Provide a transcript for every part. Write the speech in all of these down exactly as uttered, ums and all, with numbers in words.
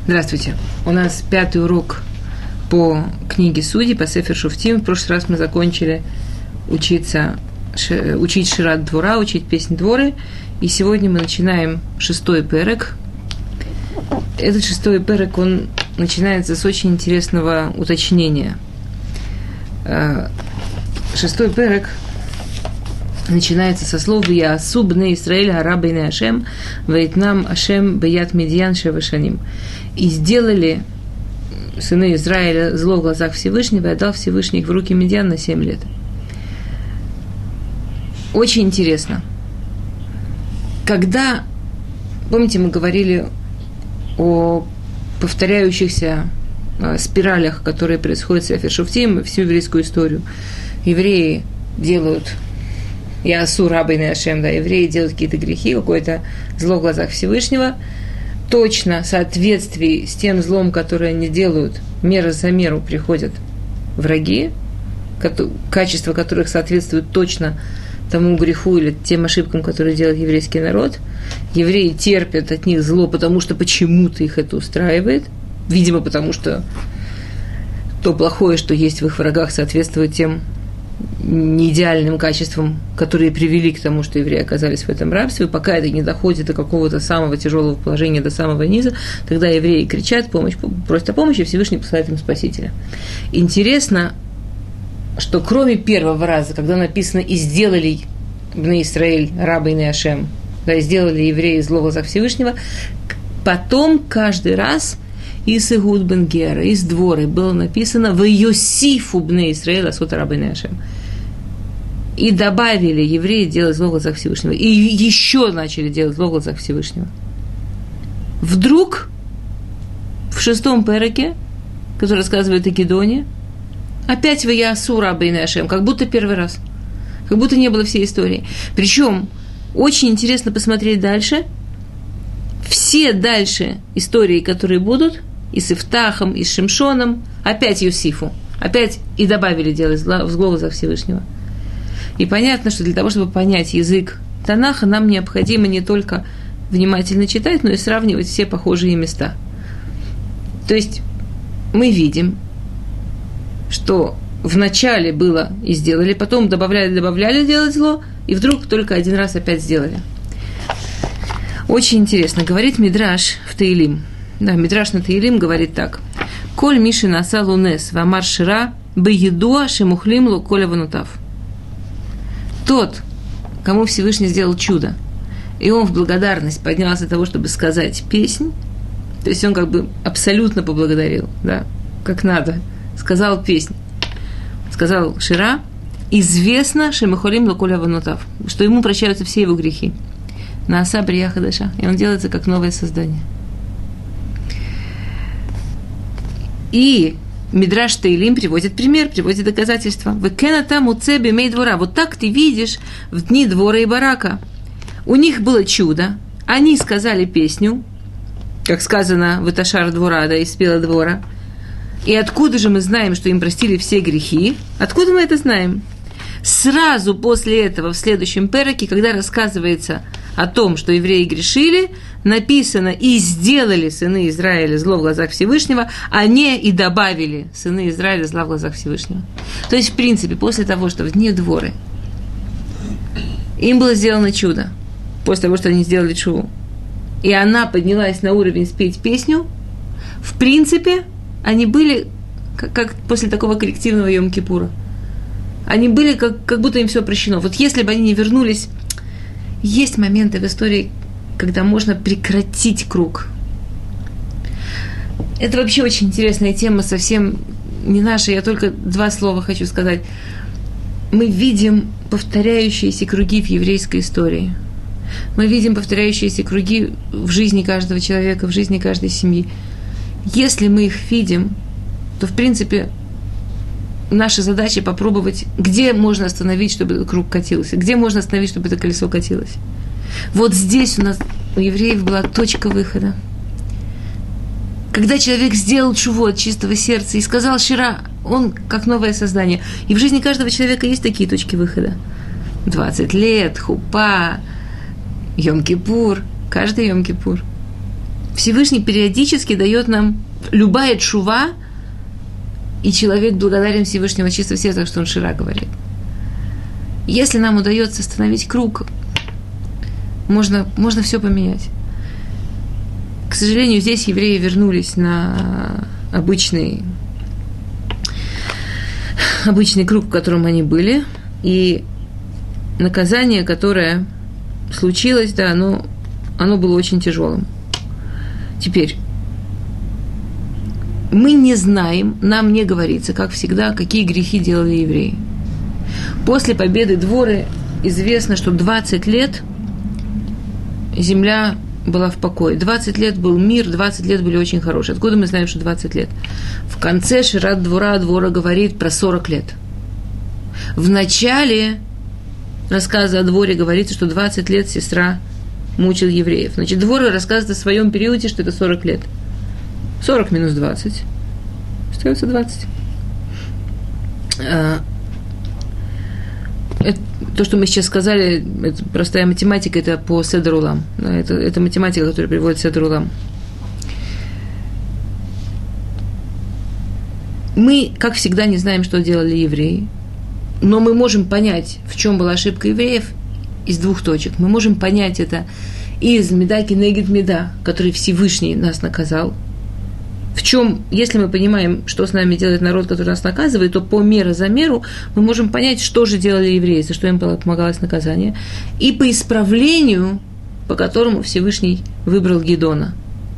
Здравствуйте. У нас пятый урок по книге Судей, по Сефер Шуфтим. В прошлый раз мы закончили учиться, учить Шират Двора, учить песнь Дворы. И сегодня мы начинаем шестой перек. Этот шестой перек, он начинается с очень интересного уточнения. Шестой перек начинается со слов «Яасу бней Исраэль ара бейней Ашем, ваитнам Ашем беят Медьян шева шаним». И сделали сыны Израиля зло в глазах Всевышнего и отдал Всевышний их в руки Медьян на семь лет. Очень интересно. Когда, помните, мы говорили о повторяющихся спиралях, которые происходят в Сефер Шуфтим, всю еврейскую историю. Евреи делают Яасу ара бейней Ашем, да, евреи делают какие-то грехи, какое-то зло в глазах Всевышнего, точно в соответствии с тем злом, которое они делают, мера за меру приходят враги, качество которых соответствует точно тому греху или тем ошибкам, которые делает еврейский народ. Евреи терпят от них зло, потому что почему-то их это устраивает, видимо, потому что то плохое, что есть в их врагах, соответствует тем неидеальным качествам, которые привели к тому, что евреи оказались в этом рабстве. Пока это не доходит до какого-то самого тяжелого положения, до самого низа, тогда евреи кричат, помощь, просят о помощи, и Всевышний посылает им Спасителя. Интересно, что кроме первого раза, когда написано «И сделали бней Исраэль ара бейней Ашем», да, и сделали евреи зло в глазах Всевышнего, потом каждый раз из Игуд бен Гера, из Дворы было написано «В Йосифу бней Исраэль асот ара бейней Ашем». И добавили евреи делать зло в глазах Всевышнего. И еще начали делать зло в глазах Всевышнего. Вдруг в шестом переке, который рассказывает о Гидоне, опять «В Яасу ара бейней Ашем», как будто первый раз. Как будто не было всей истории. Причем очень интересно посмотреть дальше. Все дальше истории, которые будут, и с Ифтахом, и с Шимшоном, опять Йосифу, опять и добавили делать зло в глазах Всевышнего. И понятно, что для того, чтобы понять язык Танаха, нам необходимо не только внимательно читать, но и сравнивать все похожие места. То есть мы видим, что вначале было и сделали, потом добавляли, добавляли делать зло, и вдруг только один раз опять сделали. Очень интересно. Говорит Мидраш в Таилим. Да, Мидраш на Таилим говорит так. «Коль миши наса лунес вамар шира беедуа шемухлим лу коля ванутав». Тот, кому Всевышний сделал чудо, и он в благодарность поднялся для того, чтобы сказать песнь, то есть он как бы абсолютно поблагодарил, да, как надо, сказал песнь, сказал шира, известно шемухлим лу коля ванутав, что ему прощаются все его грехи. Нааса брия хадаша. И он делается как новое создание. И Мидраш Таилим приводит пример, приводит доказательства. «Векената муце бимей двора». Вот так ты видишь в дни Двора и Барака. У них было чудо. Они сказали песню, как сказано в Эташар Двора, да, из спела Двора. И откуда же мы знаем, что им простили все грехи? Откуда мы это знаем? Сразу после этого, в следующем переке, когда рассказывается о том, что евреи грешили, написано «И сделали сыны Израиля зло в глазах Всевышнего», а не «И добавили сыны Израиля зла в глазах Всевышнего». То есть, в принципе, после того, что в дни Дворы им было сделано чудо, после того, что они сделали тшуву, и она поднялась на уровень спеть песню, в принципе, они были как, как после такого коллективного Йом-Кипура. Они были, как, как будто им все прощено. Вот если бы они не вернулись... Есть моменты в истории, когда можно прекратить круг. Это вообще очень интересная тема, совсем не наша. Я только два слова хочу сказать. Мы видим повторяющиеся круги в еврейской истории. Мы видим повторяющиеся круги в жизни каждого человека, в жизни каждой семьи. Если мы их видим, то, в принципе, наша задача попробовать, где можно остановить, чтобы этот круг катился, где можно остановить, чтобы это колесо катилось. Вот здесь у нас, у евреев, была точка выхода. Когда человек сделал тшуву от чистого сердца и сказал шира, он как новое создание. И в жизни каждого человека есть такие точки выхода. двадцать лет, хупа, Йом-Кипур, каждый Йом-Кипур. Всевышний периодически дает нам любая тшува, и человек благодарен Всевышнего чисто сердца, что он шира говорит. Если нам удается остановить круг, можно, можно все поменять. К сожалению, здесь евреи вернулись на обычный, обычный круг, в котором они были, и наказание, которое случилось, да, оно, оно было очень тяжелым. Теперь, мы не знаем, нам не говорится, как всегда, какие грехи делали евреи. После победы Дворы известно, что двадцать лет земля была в покое. двадцать лет был мир, двадцать лет были очень хорошие. Откуда мы знаем, что двадцать лет? В конце Шират Двора Двора говорит про сорок лет. В начале рассказа о Дворе говорится, что двадцать лет сестра мучил евреев. Значит, Двора рассказывает о своем периоде, что это сорок лет. сорок минус двадцать. Остается двадцать. Это, то, что мы сейчас сказали, это простая математика, это по Седер Улам. Это, это математика, которая приводит Седер Улам. Мы, как всегда, не знаем, что делали евреи, но мы можем понять, в чем была ошибка евреев, из двух точек. Мы можем понять это из Меда кенегед Меда, который Всевышний нас наказал. В чем, если мы понимаем, что с нами делает народ, который нас наказывает, то по мере за меру мы можем понять, что же делали евреи, за что им помогалось наказание, и по исправлению, по которому Всевышний выбрал Гидона.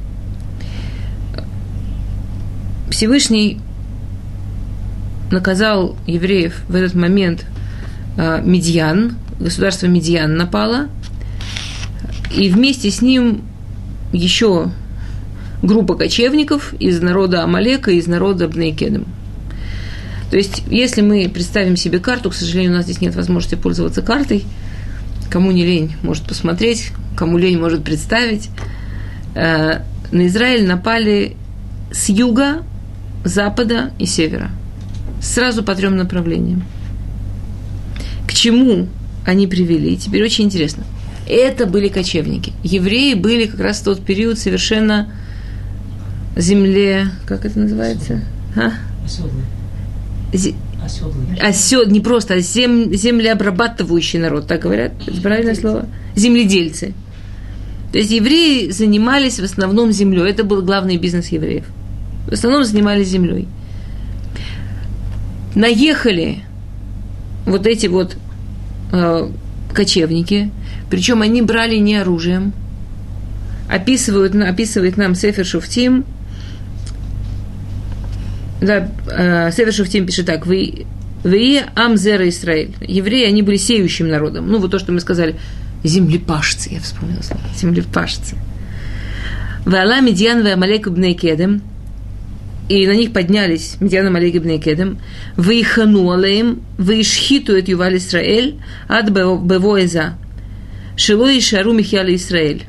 Всевышний наказал евреев в этот момент э, Медьян, государство Медьян напало, и вместе с ним еще группа кочевников из народа Амалека, из народа Бней Кедем. То есть, если мы представим себе карту, к сожалению, у нас здесь нет возможности пользоваться картой, кому не лень, может посмотреть, кому лень, может представить. На Израиль напали с юга, запада и севера. Сразу по трем направлениям. К чему они привели? Теперь очень интересно. Это были кочевники. Евреи были как раз в тот период совершенно земле, как это называется? А? Оседлый. Зе... Оседлый. Осед... Не просто, а зем... землеобрабатывающий народ, так говорят? Это правильное слово? Земледельцы. То есть евреи занимались в основном землей. Это был главный бизнес евреев. В основном занимались землей. Наехали вот эти вот э, кочевники, причем они брали не оружием. Описывают, описывает нам Сефер Шуфтим. Да, э, Сефер Шуфтим пишет так: «Вы амзера Исраэль». Евреи, они были сеющим народом. Ну, вот то, что мы сказали. Землепашцы, я вспомнила слово. Землепашцы. «Ваала Медьян ве Амалек бней Кедем». И на них поднялись Медьян, Амалек и бней Кедем. «Ваихану алеем, ваишхиту эт Юваль Исраэль, ад бевоэза, шело ишару михья Исраэль.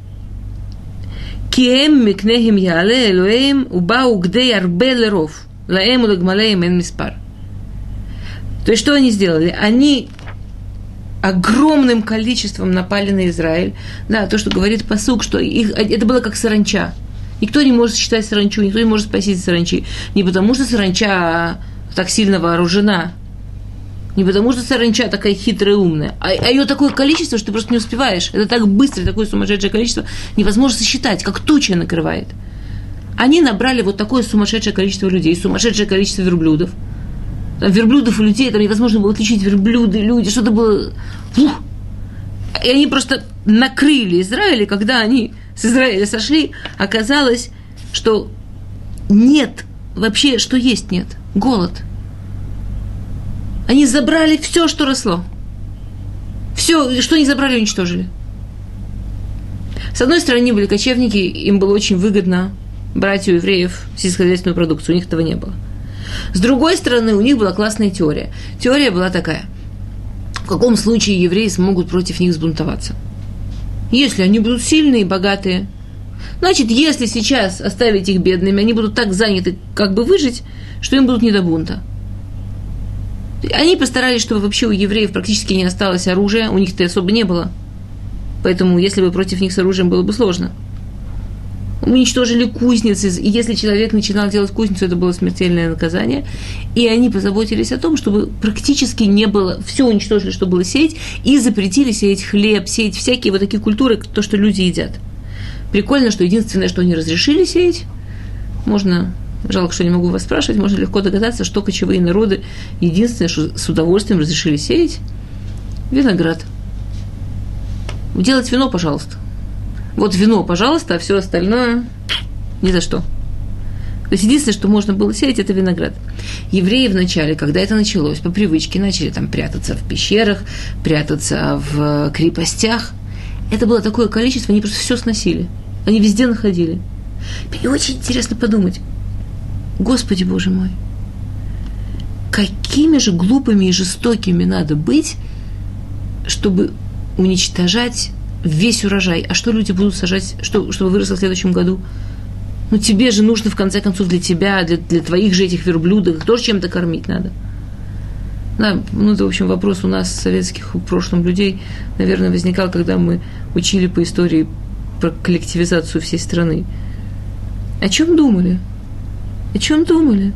Кием микнехим яле элоэм, убау гдей арбе леров, лаэм улагмалеем эн миспар». То есть, что они сделали? Они огромным количеством напали на Израиль. Да, то, что говорит пасук, что их, это было как саранча. Никто не может считать саранчу, никто не может спасти саранчи. Не потому, что саранча так сильно вооружена, не потому, что саранча такая хитрая и умная, а, а ее такое количество, что ты просто не успеваешь. Это так быстро, такое сумасшедшее количество, невозможно сосчитать, как туча накрывает. Они набрали вот такое сумасшедшее количество людей, сумасшедшее количество верблюдов. Там верблюдов и людей, там невозможно было отличить верблюды, люди, что-то было... Фух. И они просто накрыли Израиль, и когда они с Израиля сошли, оказалось, что нет, вообще, что есть нет, голод. Они забрали все, что росло. Все, что они забрали, уничтожили. С одной стороны, были кочевники, им было очень выгодно брать у евреев сельскохозяйственную продукцию, у них этого не было. С другой стороны, у них была классная теория. Теория была такая: в каком случае евреи смогут против них сбунтоваться? Если они будут сильные и богатые, значит, если сейчас оставить их бедными, они будут так заняты, как бы выжить, что им будут не до бунта. Они постарались, чтобы вообще у евреев практически не осталось оружия, у них-то особо не было. Поэтому, если бы против них с оружием было бы сложно. уничтожили кузницы, и если человек начинал делать кузницу, это было смертельное наказание, и они позаботились о том, чтобы практически не было, все уничтожили, что было сеять, и запретили сеять хлеб, сеять всякие вот такие культуры, то, что люди едят. Прикольно, что единственное, что они разрешили сеять, можно, жалко, что не могу вас спрашивать, можно легко догадаться, что кочевые народы единственное, что с удовольствием разрешили сеять – виноград. Делать вино, пожалуйста. Вот вино, пожалуйста, а все остальное ни за что. То есть единственное, что можно было сеять, это виноград. Евреи вначале, когда это началось, по привычке начали там прятаться в пещерах, прятаться в крепостях. Это было такое количество, они просто все сносили. Они везде находили. И очень интересно подумать, Господи Боже мой, какими же глупыми и жестокими надо быть, чтобы уничтожать весь урожай. А что люди будут сажать, что, чтобы выросло в следующем году? Ну, тебе же нужно, в конце концов, для тебя, для, для твоих же этих верблюдов, их тоже чем-то кормить надо. Да, ну, это, в общем, вопрос у нас, советских, в прошлом людей, наверное, возникал, когда мы учили по истории про коллективизацию всей страны. О чем думали? О чем думали?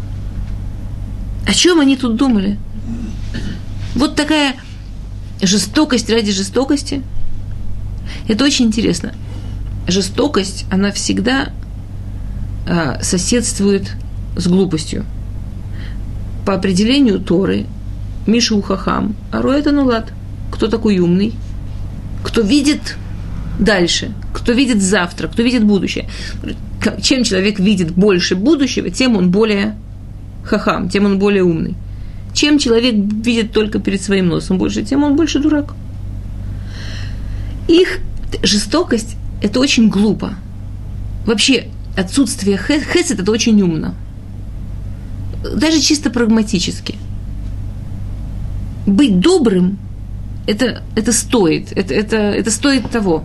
О чем они тут думали? Вот такая жестокость ради жестокости. Это очень интересно. Жестокость, она всегда а, соседствует с глупостью. По определению Торы, Мишу Хахам, а Роэ это нулад. Кто такой умный? Кто видит дальше, кто видит завтра, кто видит будущее. Чем человек видит больше будущего, тем он более хахам, тем он более умный. Чем человек видит только перед своим носом больше, тем он больше дурак. Их жестокость – это очень глупо. Вообще, отсутствие хесед – это очень умно. Даже чисто прагматически. Быть добрым – это, это стоит, это, это, это стоит того.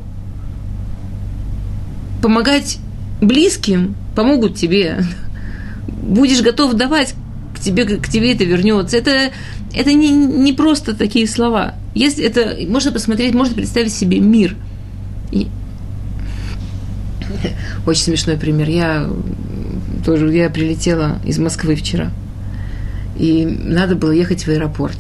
Помогать близким помогут тебе. Будешь готов давать, к тебе, к тебе это вернется. Это, это не, не просто такие слова. Если это, можно посмотреть, можно представить себе мир. И... Очень смешной пример. Я тоже я прилетела из Москвы вчера. И надо было ехать в аэропорт.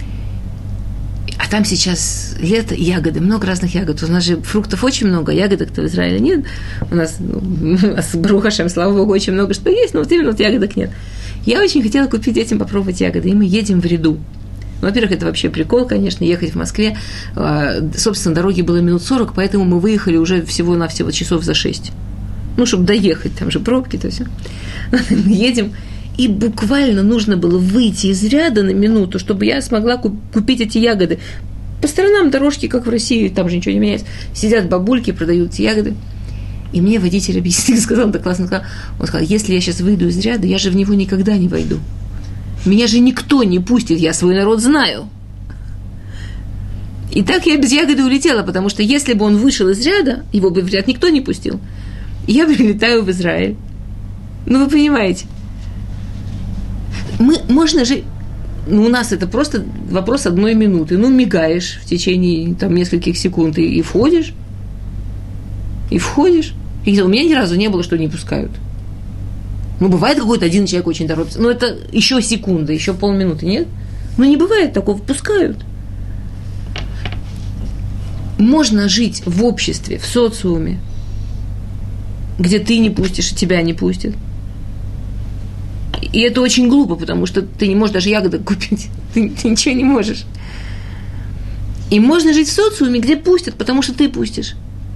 А там сейчас лето, ягоды, много разных ягод. У нас же фруктов очень много, ягодок-то в Израиле нет. У нас, ну, у нас, Барух Ашем, слава Богу, очень много что есть, но вот именно вот ягодок нет. Я очень хотела купить детям попробовать ягоды, и мы едем в ряду. Во-первых, это вообще прикол, конечно, ехать в Москве. Собственно, дороги было минут сорок, поэтому мы выехали уже всего-навсего часов за шесть. Ну, чтобы доехать, там же пробки, то все. Мы едем, и буквально нужно было выйти из ряда на минуту, чтобы я смогла купить эти ягоды. По сторонам дорожки, как в России, там же ничего не меняется. Сидят бабульки, продают эти ягоды. И мне водитель объяснил, сказал, да классно сказал, он сказал, если я сейчас выйду из ряда, я же в него никогда не войду. Меня же никто не пустит, я свой народ знаю. И так я без ягоды улетела, потому что если бы он вышел из ряда, его бы в ряд никто не пустил. И я прилетаю в Израиль. Ну, вы понимаете. Мы, можно же... Ну, у нас это просто вопрос одной минуты. Ну, мигаешь в течение там, нескольких секунд и, и входишь. И входишь. И у меня ни разу не было, что не пускают. Ну, бывает какой-то один человек очень торопится. Но это еще секунда, еще полминуты, нет? Ну, не бывает такого, пускают. Можно жить в обществе, в социуме, где ты не пустишь, и тебя не пустят. И это очень глупо, потому что ты не можешь даже ягодок купить. Ты, ты ничего не можешь. И можно жить в социуме, где пустят, потому что ты пустишь.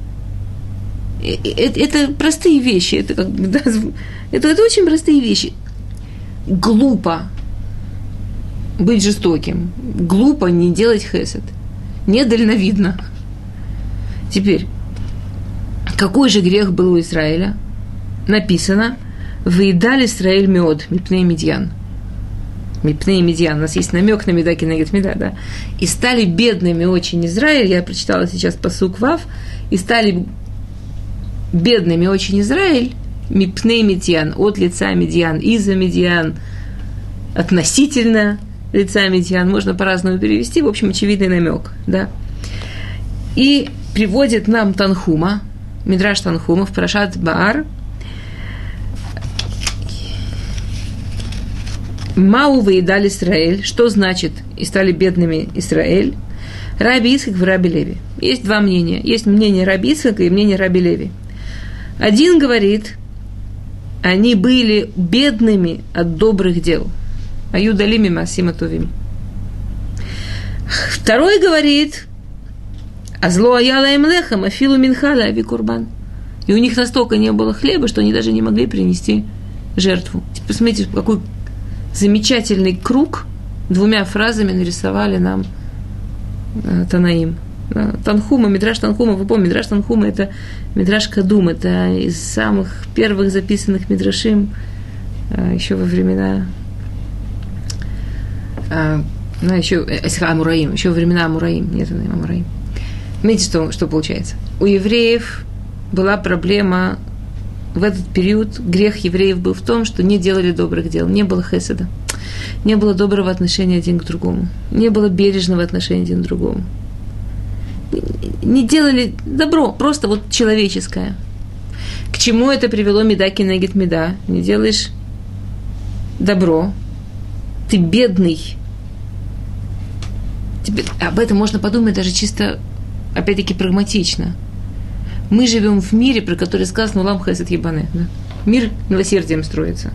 Это, это простые вещи. Это, как бы, да, это, это очень простые вещи. Глупо быть жестоким. Глупо не делать хесед. Недальновидно. Теперь, какой же грех был у Израиля? Написано: «Выедали Израиль мед, мипней медьян». Мипней медьян. У нас есть намек на меда кенегет меда, да. «И стали бедными очень Израиль». Я прочитала сейчас пасук вав. «И стали бедными очень Израиль, мипней медьян», от лица медьян, из-за медьян, относительно лица медьян. Можно по-разному перевести. В общем, очевидный намек, да. И приводит нам Танхума, Мидраш Танхума в Парашат Баар. Мау выедали Исраэль. Что значит и стали бедными Исраэль? Раби Ицхак в Раби Леви. Есть два мнения. Есть мнение Раби Ицхака и мнение Раби Леви. Один говорит, они были бедными от добрых дел. Аюдалими масима тувим. Второй говорит, а зло аяла им лехам, афилу минхала ави курбан. И у них настолько не было хлеба, что они даже не могли принести жертву. Посмотрите, какой замечательный круг двумя фразами нарисовали нам э, Танаим. Танхума, Мидраш Танхума, вы помните, Мидраш Танхума – это Мидраш Кадум, это из самых первых записанных Мидрашим э, еще во времена э, ну, еще, э, Амураим, еще во времена Амураим, нет, Амураим. Видите, что, что получается? У евреев была проблема. В этот период грех евреев был в том, что не делали добрых дел, не было хеседа, не было доброго отношения один к другому, не было бережного отношения один к другому. Не делали добро, просто вот человеческое. К чему это привело меда кинегет меда? Не делаешь добро, ты бедный. Тебе, об этом можно подумать даже чисто, опять-таки, прагматично. Мы живем в мире, про который сказано «Улам хесед ебане». Да? Мир милосердием строится.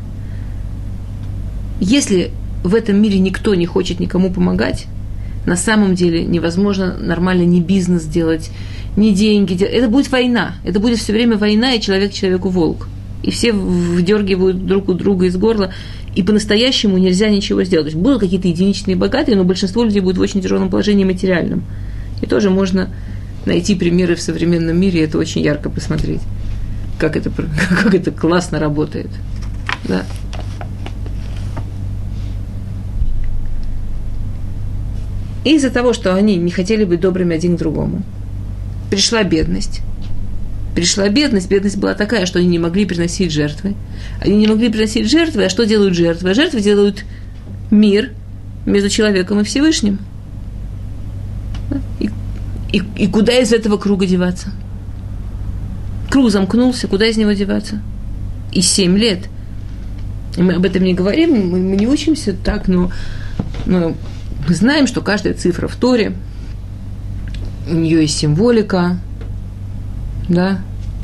Если в этом мире никто не хочет никому помогать, на самом деле невозможно нормально ни бизнес делать, ни деньги делать. Это будет война. Это будет все время война, и человек человеку волк. И все вдергивают друг у друга из горла, и по-настоящему нельзя ничего сделать. То есть будут какие-то единичные богатые, но большинство людей будет в очень тяжелом положении материальном. И тоже можно найти примеры в современном мире, и это очень ярко посмотреть, как это, как это классно работает. Да. И из-за того, что они не хотели быть добрыми один к другому, пришла бедность. Пришла бедность, бедность была такая, что они не могли приносить жертвы. Они не могли приносить жертвы, а что делают жертвы? А жертвы делают мир между человеком и Всевышним. И И, и куда из этого круга деваться? Круг замкнулся, куда из него деваться? И семь лет. И мы об этом не говорим, мы, мы не учимся так, но, но мы знаем, что каждая цифра в Торе, у нее есть символика, да.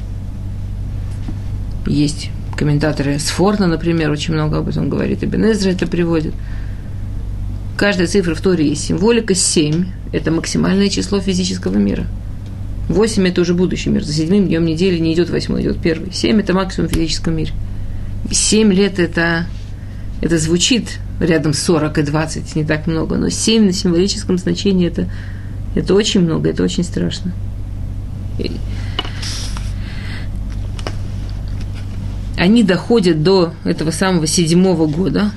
Есть комментаторы Сфорна, например, очень много об этом говорит, Ибн Эзра это приводит. Каждая цифра в Торе есть символика. Семь – это максимальное число физического мира. Восемь – это уже будущий мир. За седьмым днем недели не идет восьмой, идет первый. Семь – это максимум в физическом мире. Семь лет – это, это звучит рядом с сорок и двадцать, не так много. Но семь на символическом значении – это, это очень много, это очень страшно. И они доходят до этого самого седьмого года,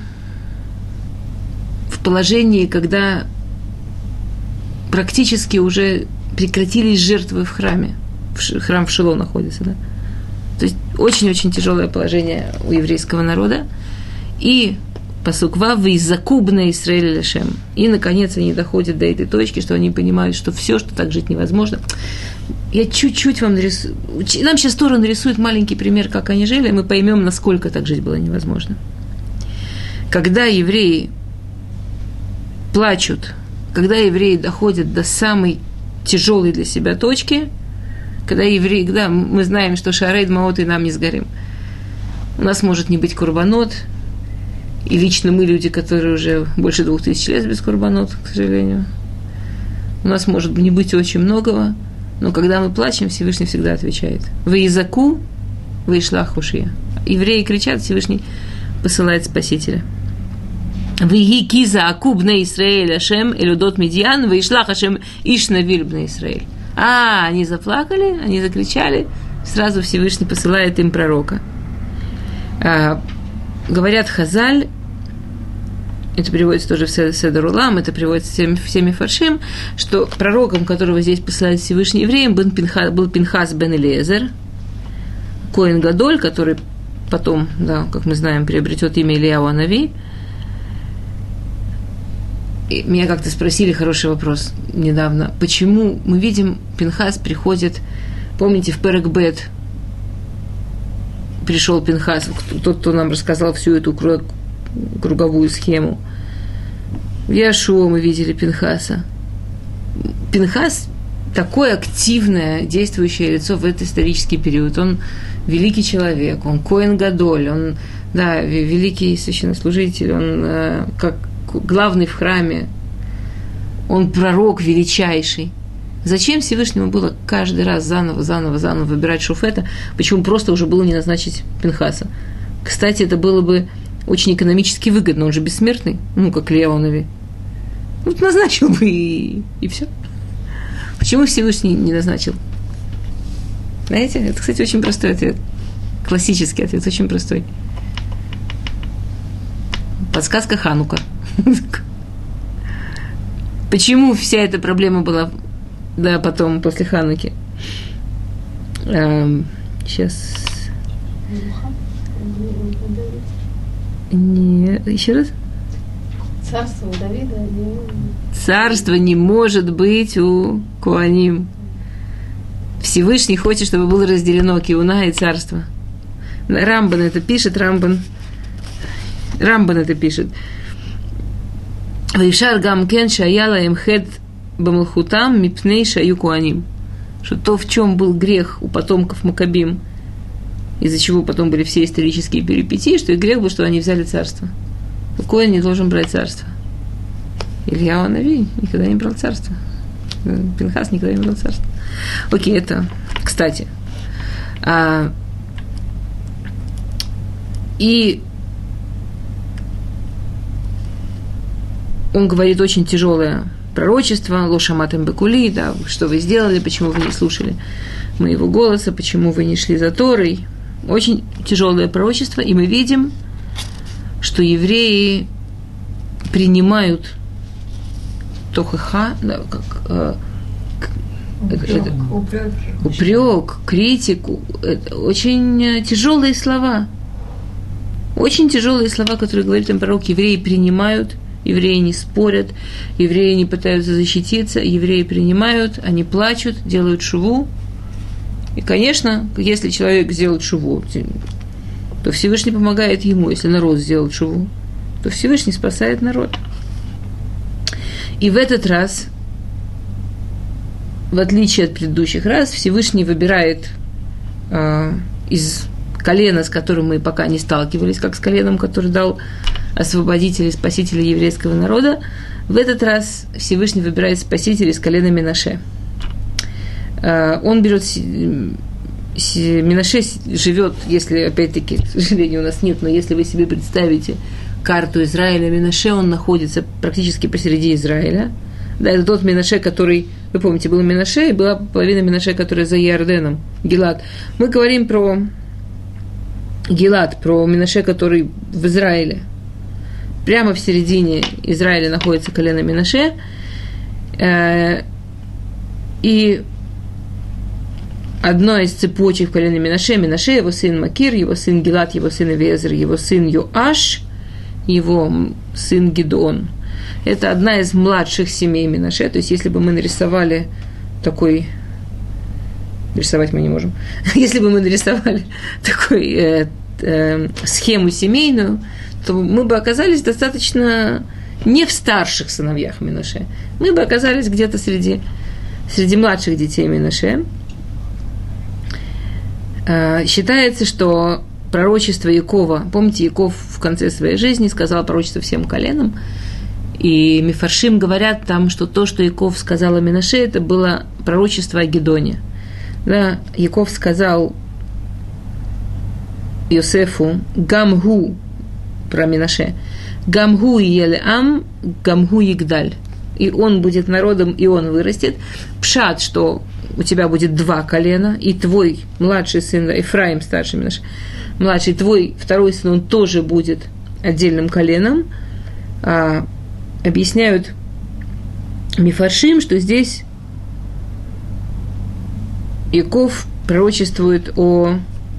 в положении, когда практически уже прекратились жертвы в храме. Храм в Шило находится, да? То есть очень-очень тяжелое положение у еврейского народа. И пасук вав «Ваизакубна Исраэль лешем». И, наконец, они доходят до этой точки, что они понимают, что все, что так жить невозможно. Я чуть-чуть вам нарисую. Нам сейчас Тора нарисует маленький пример, как они жили, и мы поймем, насколько так жить было невозможно. Когда евреи плачут, когда евреи доходят до самой тяжелой для себя точки, когда евреи, да, мы знаем, что шарей дмаот и нам не сгорим. У нас может не быть курбанот, и лично мы люди, которые уже больше двух тысяч лет без курбанот, к сожалению. У нас может не быть очень многого, но когда мы плачем, Всевышний всегда отвечает. «Ваизаку, ваишлах хушия». Евреи кричат, Всевышний посылает Спасителя. «Ваиги киза акубна Исраэль Ашем элюдот медьян, ваишлах Ашем ишнавиль бна Исраэль». А, они заплакали, они закричали, сразу Всевышний посылает им пророка. А, говорят Хазаль, это переводится тоже в Седер Улам, это приводится всеми, всеми фаршим, что пророком, которого здесь посылает Всевышний евреям, был Пинхас, был Пинхас бен Элиезер, Коэн Гадоль, который потом, да, как мы знаем, приобретет имя Ильяу Анави. И меня как-то спросили, хороший вопрос недавно, почему мы видим, Пинхас приходит помните, в Перек Бет пришел Пинхас, тот, кто нам рассказал всю эту круговую схему. В Яшуа мы видели Пинхаса. Пинхас – такое активное, действующее лицо в этот исторический период. Он великий человек, он Коэн Гадоль, он, да, великий священнослужитель, он э, как главный в храме, он пророк величайший. Зачем Всевышнему было каждый раз заново, заново, заново выбирать шуфета? Почему просто уже было не назначить Пинхаса? Кстати, это было бы очень экономически выгодно, он же бессмертный, ну, как Леонови. Вот назначил бы и, и все. Почему Всевышний не назначил? Знаете, это, кстати, очень простой ответ. Классический ответ, очень простой. Подсказка Ханука. Почему вся эта проблема была, да, потом, после Хануки? Эм, сейчас. Нет, еще раз. Царство у Давида не... Царство не может быть у Коаним. Всевышний хочет, чтобы было разделено Кеуна и царство. Рамбан это пишет, Рамбан, Рамбан это пишет. Вайшар гамкен шаяла эмхед бамалхутам мипней шаю Коаним. Что то, в чем был грех у потомков Маккабим, из-за чего потом были все исторические перипетии, что и грех был, что они взяли царство. Коэн не должен брать царство. Илья Нави никогда не брал царство. Пинхас никогда не брал царство. Окей, это, кстати. А, и он говорит очень тяжелое пророчество, лошаматем бекули, да, что вы сделали, почему вы не слушали моего голоса, почему вы не шли за Торой. Очень тяжелое пророчество, и мы видим, что евреи принимают тохаха, да, как э, упрек, упрек, упрек, критику. Это очень тяжелые слова. Очень тяжелые слова, которые говорит им пророк. Евреи принимают, евреи не спорят, евреи не пытаются защититься, евреи принимают, они плачут, делают шуву. И, конечно, если человек сделает шуву, то Всевышний помогает ему. Если народ сделает шуву, то Всевышний спасает народ. И в этот раз, в отличие от предыдущих раз, Всевышний выбирает э, из колена, с которым мы пока не сталкивались, как с коленом, который дал освободителя и спасителя еврейского народа. В этот раз Всевышний выбирает спасителя из колена Менаше. Э, он берет... Менаше живет, если, опять-таки, к сожалению, у нас нет, но если вы себе представите карту Израиля, Менаше, он находится практически посреди Израиля. Да, это тот Менаше, который, вы помните, был Менаше, и была половина Менаше, которая за Иорденом, Гилад. Мы говорим про Гилад, про Менаше, который в Израиле. Прямо в середине Израиля находится колено Менаше. И одно из цепочек колена Менаше, Менаше, его сын Макир, его сын Гилад, его сын Везер, его сын Йоаш, его сын Гидеон. Это одна из младших семей Менаше. То есть, если бы мы нарисовали такой... Рисовать мы не можем. Если бы мы нарисовали такой э, э, схему семейную, то мы бы оказались достаточно не в старших сыновьях Менаше. Мы бы оказались где-то среди, среди младших детей Менаше. Э, считается, что пророчество Якова, помните, Яков в конце своей жизни сказал пророчество всем коленам, и Мифаршим говорят там, что то, что Яков сказал о Менаше, это было пророчество о Гедоне. Да, Яков сказал Йосефу «Гамгу» про Менаше, «Гамгу елеам, гамгу егдаль». И он будет народом, и он вырастет. Пшат, что у тебя будет два колена, и твой младший сын, Ефраим, старший Менаше, младший, твой второй сын, он тоже будет отдельным коленом. А, объясняют Мифаршим, что здесь Яков пророчествует о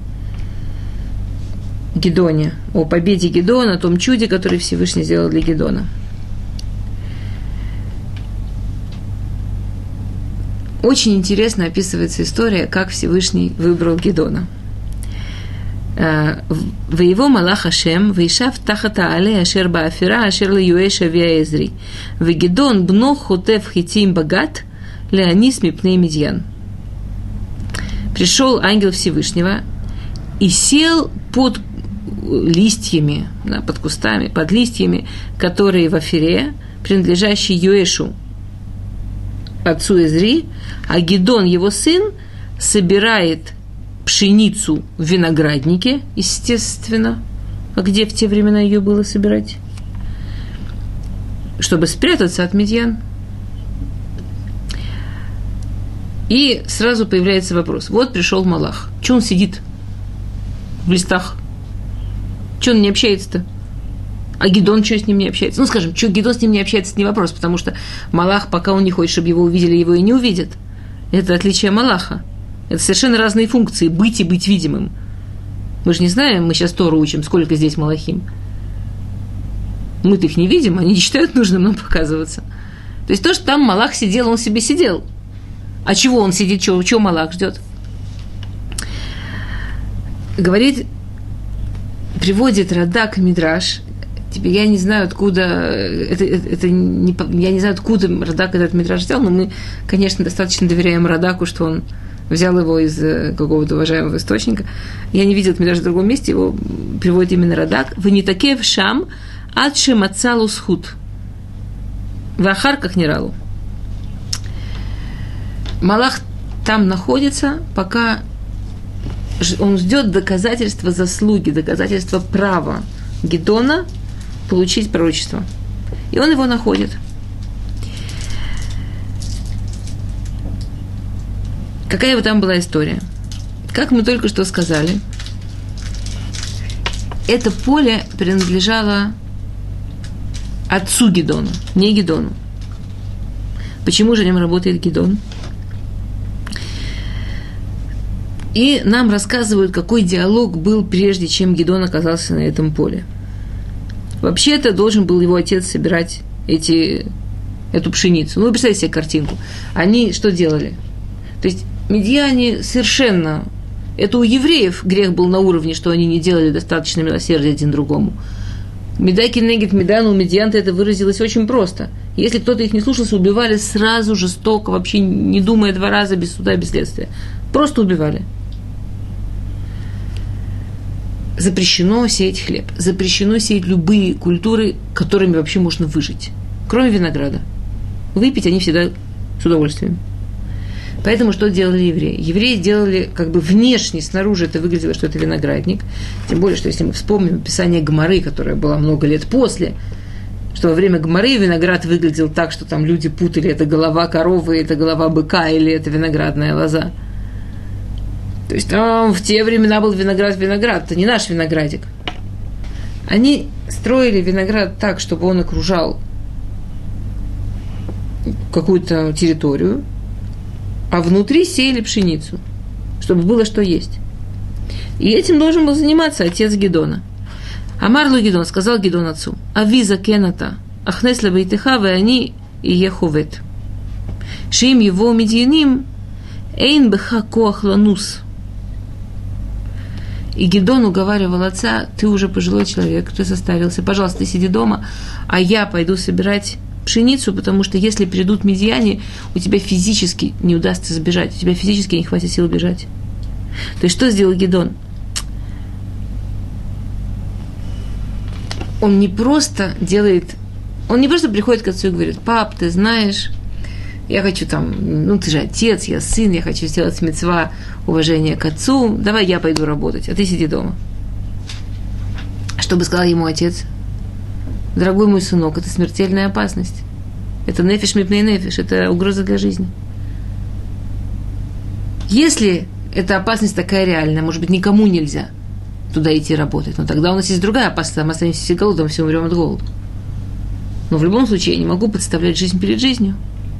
Гедоне, о победе Гедона, о том чуде, который Всевышний сделал для Гедона. очень интересно описывается история, как Всевышний выбрал Гидона. «Ваево малах Ашем, ваишав тахата але ашер баафира, ашер леюэш авиа эзри. Вегидон бно хотев хитим багат, леонис мипней медьян». Пришел ангел Всевышнего и сел под листьями, да, под кустами, под листьями, которые в Афире, принадлежащие Юэшу, отцу Эзри, а Гидон, его сын, собирает пшеницу в винограднике, естественно. А где в те времена ее было собирать? Чтобы спрятаться от медьян. И сразу появляется вопрос. Вот пришел Малах. Чего он сидит в листах? Чего он не общается-то? А Гидон что с ним не общается? Ну, скажем, что Гидон с ним не общается, это не вопрос, потому что Малах, пока он не хочет, чтобы его увидели, его и не увидят. Это отличие Малаха. Это совершенно разные функции – быть и быть видимым. Мы же не знаем, мы сейчас Тору учим, сколько здесь Малахим. Мы-то их не видим, они не считают нужным нам показываться. То есть то, что там Малах сидел, он себе сидел. А чего он сидит, чего, чего Малах ждет? Говорит, приводит Радак Мидраш. Теперь я не знаю, откуда это, это, это не, я не знаю, откуда Радак этот Мидраш взял, но мы, конечно, достаточно доверяем Радаку, что он взял его из какого-то уважаемого источника. Я не видел этот Мидраш в другом месте, его приводит именно Радак. «Вы не такие в шам, адши мацалу схуд». В Ахарках нералу. Малах там находится, пока он ждет доказательства заслуги, доказательства права Гидона получить пророчество. И он его находит. Какая вот там была история? Как мы только что сказали, это поле принадлежало отцу Гидона, не Гидону. Почему же в нем работает Гидон? И нам рассказывают, какой диалог был, прежде чем Гидон оказался на этом поле. Вообще-то должен был его отец собирать эти, эту пшеницу. Ну, вы представьте себе картинку. Они что делали? То есть медьяне совершенно... Это у евреев грех был на уровне, что они не делали достаточно милосердия один другому. Меда кинегит меда, у медьян-то это выразилось очень просто. Если кто-то их не слушался, убивали сразу, жестоко, вообще не думая два раза, без суда, без следствия. Просто убивали. Запрещено сеять хлеб. Запрещено сеять любые культуры, которыми вообще можно выжить. Кроме винограда. Выпить они всегда с удовольствием. Поэтому что делали евреи? Евреи делали как бы внешне, снаружи это выглядело, что это виноградник. Тем более, что если мы вспомним описание Гмары, которое было много лет после, что во время Гмары виноград выглядел так, что там люди путали, это голова коровы, это голова быка или это виноградная лоза. То есть там в те времена был виноград-виноград, это не наш виноградик. Они строили виноград так, чтобы он окружал какую-то территорию, а внутри сеяли пшеницу, чтобы было что есть. И этим должен был заниматься отец Гидона. Амарлу Гидон, сказал Гидон отцу, «Авиза кената, ахнес лабейтеха, ве они и еховет. Шим его медианим, эйн беха коах ланус». И Гидон уговаривал отца, ты уже пожилой человек, ты состарился, пожалуйста, ты сиди дома, а я пойду собирать пшеницу, потому что если придут медьяне, у тебя физически не удастся сбежать, у тебя физически не хватит сил бежать. То есть что сделал Гидон? Он не просто делает, он не просто приходит к отцу и говорит, пап, ты знаешь, я хочу там, ну ты же отец, я сын, я хочу сделать мицва уважения к отцу, давай я пойду работать, а ты сиди дома. Что бы сказал ему отец? Дорогой мой сынок, это смертельная опасность. Это нефиш мипней нефиш, это угроза для жизни. Если эта опасность такая реальная, может быть, никому нельзя туда идти работать, но тогда у нас есть другая опасность, мы останемся все голодом, все умрем от голода. Но в любом случае я не могу подставлять жизнь перед жизнью.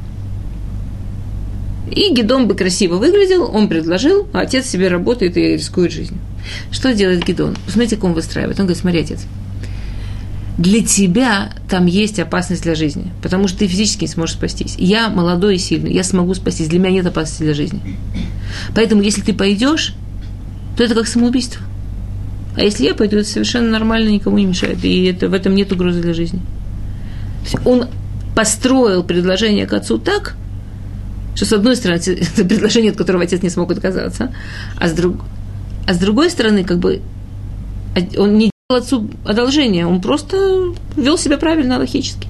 И Гидон бы красиво выглядел, он предложил, а отец себе работает и рискует жизнью. Что делает Гидон? Посмотрите, как он выстраивает. Он говорит, смотри, отец, для тебя там есть опасность для жизни, потому что ты физически не сможешь спастись. Я молодой и сильный, я смогу спастись, для меня нет опасности для жизни. Поэтому, если ты пойдешь, то это как самоубийство. А если я пойду, это совершенно нормально, никому не мешает, и это, в этом нет угрозы для жизни. То есть он построил предложение к отцу так, что, с одной стороны, это предложение, от которого отец не смог отказаться, а с, друг... а с другой стороны, как бы, он не делал отцу одолжение, он просто вел себя правильно, логически.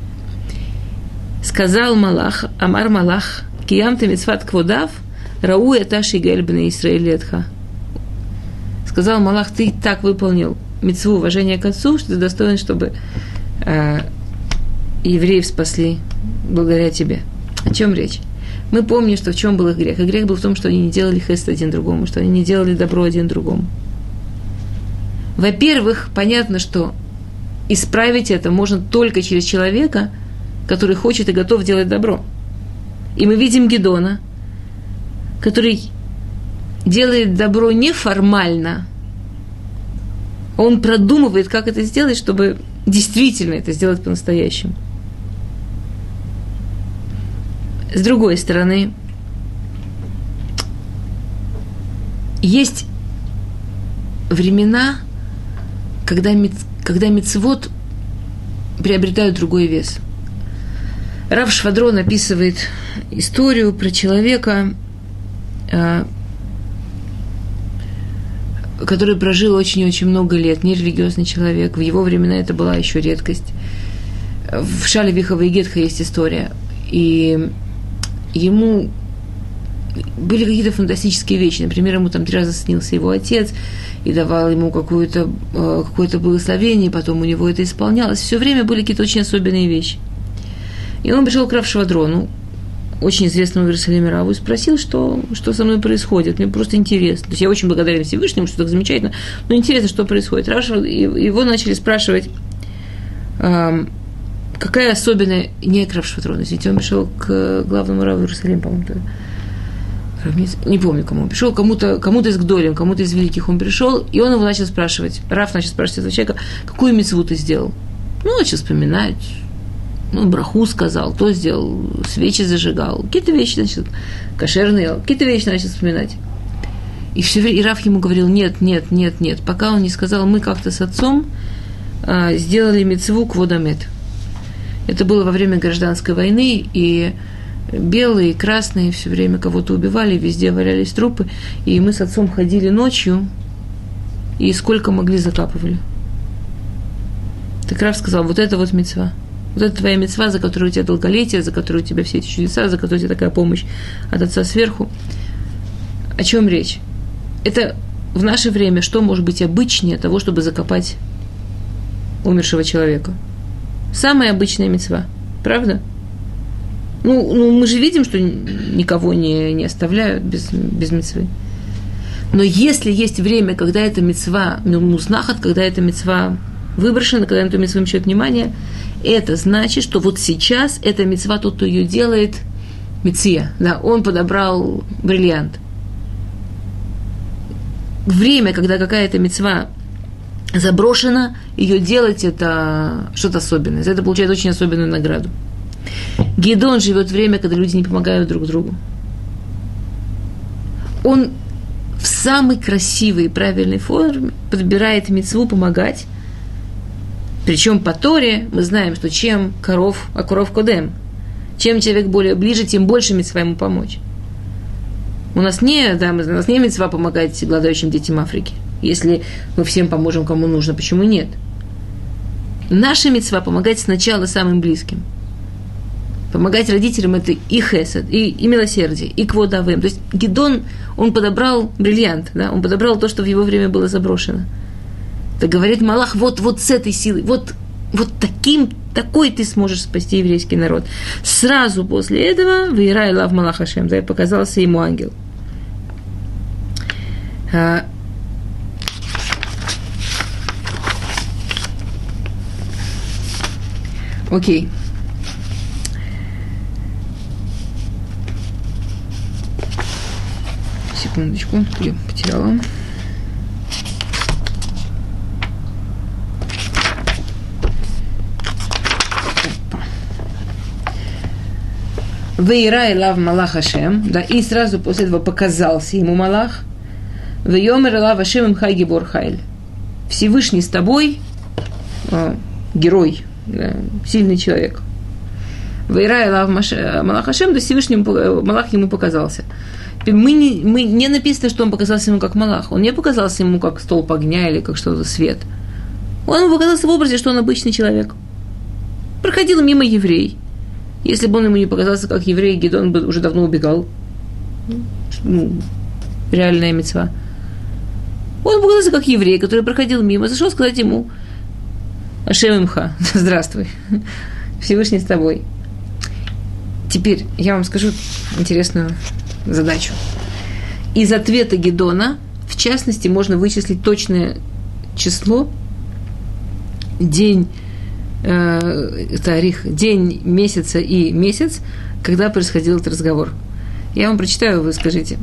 Сказал Малах, Амар Малах, киям ты мицват кводав, рауя таши гельбны Исраилетха. Сказал Малах, ты так выполнил мицву уважения к отцу, что ты достоин, чтобы э, евреев спасли благодаря тебе. О чем речь? Мы помним, что в чем был их грех. И грех был в том, что они не делали хесед один другому, что они не делали добро один другому. Во-первых, понятно, что исправить это можно только через человека, который хочет и готов делать добро. И мы видим Гедона, который делает добро не формально, он продумывает, как это сделать, чтобы действительно это сделать по-настоящему. С другой стороны, есть времена, когда, миц, когда мицвот приобретают другой вес. Рав Швадрон описывает историю про человека, который прожил очень-очень много лет, нерелигиозный человек. В его времена это была еще редкость. В Шале Вихова и Гетха есть история. И ему были какие-то фантастические вещи. Например, ему там три раза снился его отец и давал ему какое-то, какое-то благословение, потом у него это исполнялось. Все время были какие-то очень особенные вещи. И он пришел к Рав Швадрону, очень известному в Иерусалиме раву, и спросил, что, что со мной происходит. Мне просто интересно. То есть я очень благодарен Всевышнему, что так замечательно, но интересно, что происходит. Рав, его начали спрашивать, эм, какая особенная... Не к Рав Швадрону, извините, он пришел к главному раву Иерусалима, по-моему, не помню, кому он пришел, кому-то, кому-то из Гдолем, кому-то из великих он пришел, и он его начал спрашивать. Рав начал спрашивать этого человека, какую мицву ты сделал? Ну, начал вспоминать. Ну, браху сказал, то сделал, свечи зажигал, какие-то вещи, значит, кошерные, какие-то вещи начал вспоминать. И все время, и Рав ему говорил, нет, нет, нет, нет, пока он не сказал, мы как-то с отцом а, сделали мицву кводамет. Это было во время гражданской войны, и белые, и красные все время кого-то убивали, везде валялись трупы, и мы с отцом ходили ночью, и сколько могли закапывали. Так Рав сказал, вот это вот мицва. Вот это твоя мицва, за которую у тебя долголетие, за которую у тебя все эти чудеса, за которую у тебя такая помощь от отца сверху. О чем речь? Это в наше время что может быть обычнее того, чтобы закопать умершего человека? Самая обычная мицва. Правда? Ну, ну мы же видим, что никого не, не оставляют без, без мицвы. Но если есть время, когда эта мицва музнахат, когда эта мицва выброшена, когда на эту мицву обращают внимание, это значит, что вот сейчас эта мицва, тот, кто ее делает, миция, да, он подобрал бриллиант. Время, когда какая-то мицва заброшена, ее делать это что-то особенное. За это получает очень особенную награду. Гедон живет время, когда люди не помогают друг другу. Он в самой красивой и правильной форме подбирает мицву помогать. Причем по Торе мы знаем, что чем коров, а коров кодем, чем человек более ближе, тем больше мицва ему помочь. У нас не, да, у нас не мицва помогать голодающим детям Африки. Если мы всем поможем, кому нужно, почему нет? Наша мицва помогать сначала самым близким. Помогать родителям – это и хесед, и, и милосердие, и кводавем. То есть Гедон, он подобрал бриллиант, да, он подобрал то, что в его время было заброшено. Так говорит Малах, вот, вот с этой силой, вот, вот таким, такой ты сможешь спасти еврейский народ. Сразу после этого «Ваирай лав Малах Ашем», да, показался ему ангел. А, окей. Секундочку, я потеряла. Вейра элав малах Ашем, да, и сразу после этого показался ему малах. Вейомер элав Ашем имхай гибор хайль. Всевышний с тобой, э, герой, да, сильный человек. Вейра элав малах Ашем, да, Всевышний малах ему показался. Мы не, мы не написано, что он показался ему как малах. Он не показался ему как столб огня или как что-то свет. Он ему показался в образе, что он обычный человек. Проходил мимо еврей. Если бы он ему не показался как еврей, Гидон бы уже давно убегал. Ну, реальная мицва. Он показался как еврей, который проходил мимо, зашел сказать ему: Ашем имха, здравствуй, Всевышний с тобой. Теперь я вам скажу интересную задачу. Из ответа Гидона, в частности, можно вычислить точное число, день, э, тарих, день месяца и месяц, когда происходил этот разговор. Я вам прочитаю, вы скажите.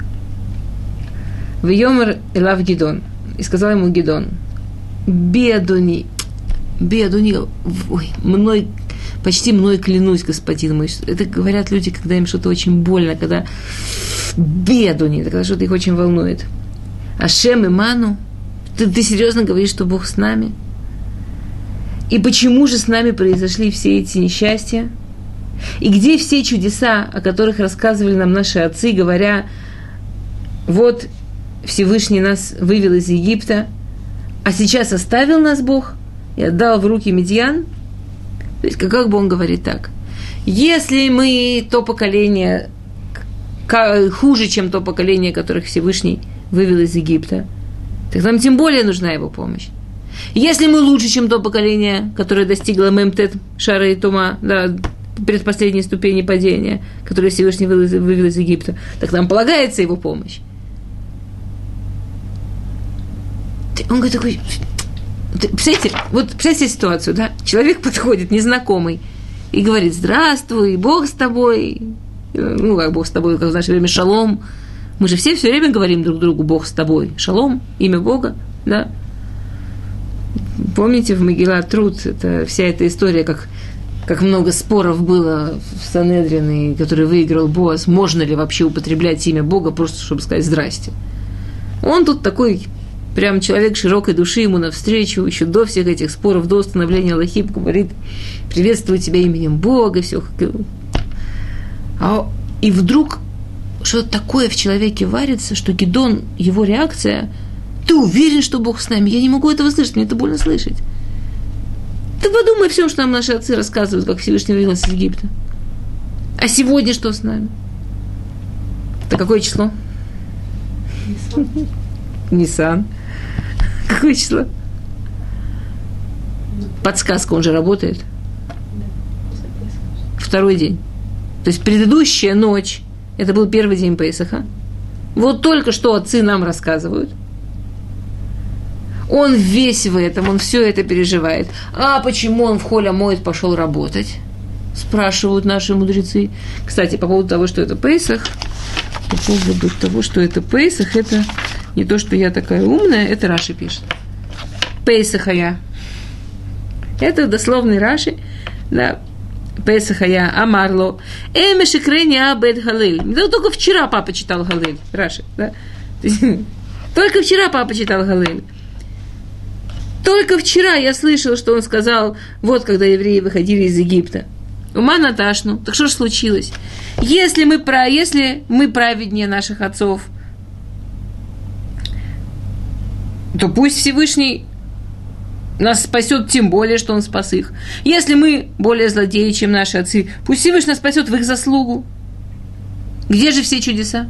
Вейомер элав Гидон. И сказал ему Гидон: Бедуни, бедуни, ой, мной, почти мной клянусь, господин мой. Это говорят люди, когда им что-то очень больно, когда бедуни, когда что-то их очень волнует. Ашем иману, ты, ты серьезно говоришь, что Бог с нами? И почему же с нами произошли все эти несчастья? И где все чудеса, о которых рассказывали нам наши отцы, говоря: вот Всевышний нас вывел из Египта, а сейчас оставил нас Бог и отдал в руки Мидьян? То есть, как бы он говорит так: если мы то поколение хуже, чем то поколение, которых Всевышний вывел из Египта, так нам тем более нужна его помощь. Если мы лучше, чем то поколение, которое достигло Мемтет, Шара и Тума, да, предпоследней ступени падения, которое Всевышний вывел из Египта, так нам полагается его помощь. Он говорит такой: представляете, вот представьте ситуацию, да? Человек подходит, незнакомый, и говорит: здравствуй, Бог с тобой. Ну, как Бог с тобой, как в наше время шалом. Мы же все все время говорим друг другу: Бог с тобой. Шалом, имя Бога, да? Помните, в Мегилат Рут, это вся эта история, как, как много споров было в Санедрине, который выиграл Боаз, можно ли вообще употреблять имя Бога, просто чтобы сказать «здрасте». Он тут такой прям человек широкой души, ему навстречу, еще до всех этих споров, до установления Алахи, говорит: приветствую тебя именем Бога, все. А, и вдруг что-то такое в человеке варится, что Гидон, его реакция: ты уверен, что Бог с нами? Я не могу этого слышать, мне это больно слышать. Ты подумай о всем, что нам наши отцы рассказывают, как Всевышний вывел из Египта. А сегодня что с нами? Это какое число? Нисан. Какое число? Подсказка, он же работает. Второй день. То есть предыдущая ночь, это был первый день Пейсаха. Вот только что отцы нам рассказывают. Он весь в этом, он все это переживает. А почему он в холе моет, пошел работать? Спрашивают наши мудрецы. Кстати, по поводу того, что это Пейсах, по поводу того, что это Пейсах, это не то, что я такая умная, это Раши пишет. Пейсахая. Это дословный Раши, да. Пейсахая, Амарло. Эме шикрени абед халиль. Да, только вчера папа читал халиль. Раши, да. Только вчера папа читал халиль. Только вчера я слышала, что он сказал, вот когда евреи выходили из Египта. Ума Наташну. Так что же случилось? Если мы, про, если мы праведнее наших отцов, то пусть Всевышний нас спасет, тем более, что он спас их. Если мы более злодеи, чем наши отцы, пусть Всевышний нас спасет в их заслугу. Где же все чудеса?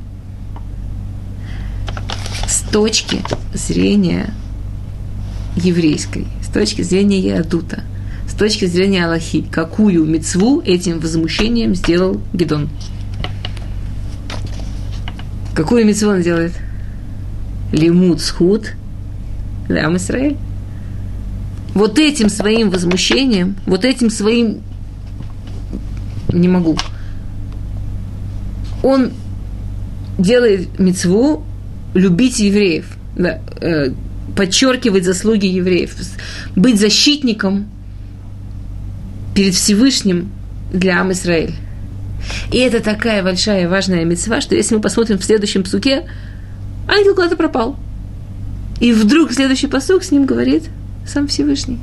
С точки зрения еврейской, с точки зрения Яадута, с точки зрения Алахи, какую мицву этим возмущением сделал Гидон? Какую мицву он делает? Лимуд схуд лям Исраэль. Вот этим своим возмущением, вот этим своим, не могу, он делает мицву любить евреев, да, э, подчеркивать заслуги евреев, быть защитником перед Всевышним для Ам Исраэль. И это такая большая и важная мицва, что если мы посмотрим в следующем псуке, ангел куда-то пропал. И вдруг следующий пасук с ним говорит сам Всевышний.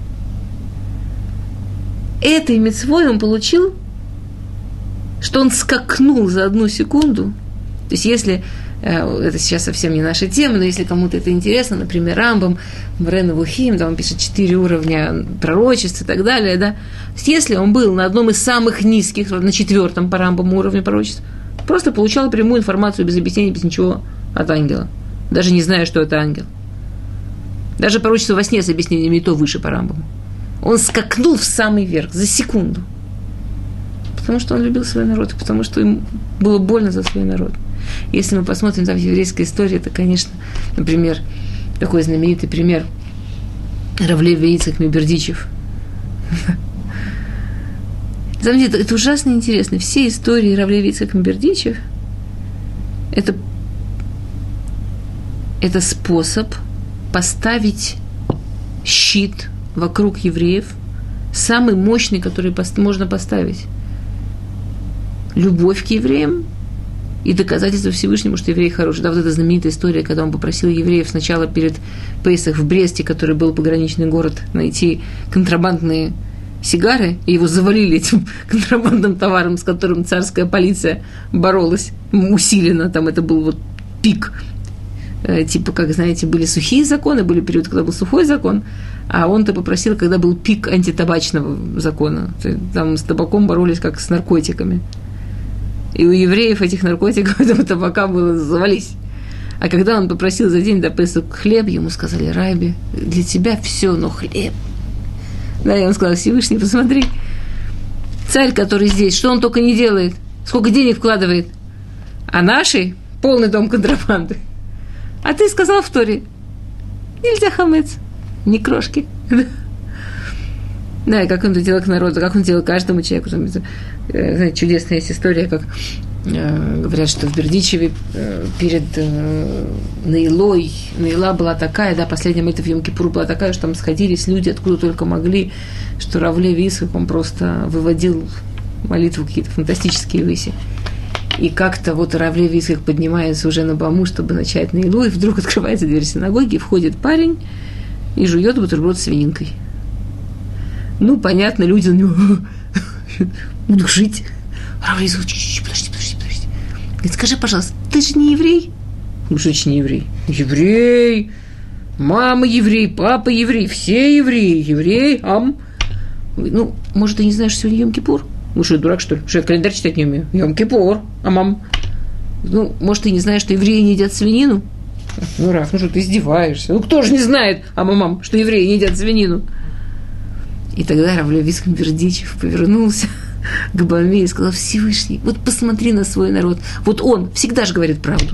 Этой мицвой он получил, что он скакнул за одну секунду. То есть если, это сейчас совсем не наша тема, но если кому-то это интересно, например, Рамбам, Морэ Невухим, там он пишет четыре уровня пророчеств и так далее, да. То есть если он был на одном из самых низких, на четвертом по Рамбаму уровне пророчеств, просто получал прямую информацию без объяснений, без ничего от ангела, даже не зная, что это ангел. Даже пророчество во сне с объяснениями и то выше по Рамбаму. Он скакнул в самый верх за секунду. Потому что он любил свой народ, и потому что ему было больно за свой народ. Если мы посмотрим там в еврейской истории, это, конечно, например, такой знаменитый пример Рав Леви Ицхак Мибердичев. Знаете, это ужасно интересно. Все истории Рав Леви Ицхак Мибердичев это, это способ поставить щит вокруг евреев, самый мощный, который можно поставить. Любовь к евреям и доказательство Всевышнему, что евреи хорошие. Да, вот эта знаменитая история, когда он попросил евреев сначала перед Пейсах в Бресте, который был пограничный город, найти контрабандные сигары, и его завалили этим контрабандным товаром, с которым царская полиция боролась усиленно. Там это был вот пик. Типа, как, знаете, были сухие законы, были периоды, когда был сухой закон, а он-то попросил, когда был пик антитабачного закона. Там с табаком боролись как с наркотиками. И у евреев этих наркотиков, этого табака было завались. А когда он попросил за день до Песах хлеб, ему сказали: Раби, для тебя все, но хлеб. Да, и он сказал: Всевышний, посмотри, царь, который здесь, что он только не делает, сколько денег вкладывает, а наши полный дом контрабанды. А ты сказал в Торе: нельзя хамец, ни крошки. Да, и как он это делал к народу, как он делал каждому человеку. Знаете, чудесная есть история, как э, говорят, что в Бердичеве э, перед э, Наилой, Наила была такая, да, последняя молитва в Йом-Кипур была такая, что там сходились люди, откуда только могли, что Рав Леви Ицхак, он просто выводил молитву какие-то фантастические выси. И как-то вот Рав Леви Ицхак поднимается уже на баму, чтобы начать Наилу, и вдруг открывается дверь синагоги, входит парень и жует бутерброд с свининкой. Ну, понятно, люди на него буду жить. Рав Леви Ицхак: подожди, подожди, подожди. Говорит: скажи, пожалуйста, ты же не еврей? Ну, что значит не еврей? Еврей, мама еврей, папа еврей, все евреи, еврей, ам. Ну, может, ты не знаешь, что сегодня Йом-Кипур? Ну, что, я дурак, что ли? Что, я календарь читать не умею? Йом-Кипур, амам. Ну, может, ты не знаешь, что евреи не едят свинину? Ну, Раф, ну что, ты издеваешься? Ну, кто же не знает, амамам, что евреи не едят свинину? И тогда Рав Леви Ицхак Бердичев повернулся к Баме и сказал: Всевышний, вот посмотри на свой народ. Вот он всегда же говорит правду.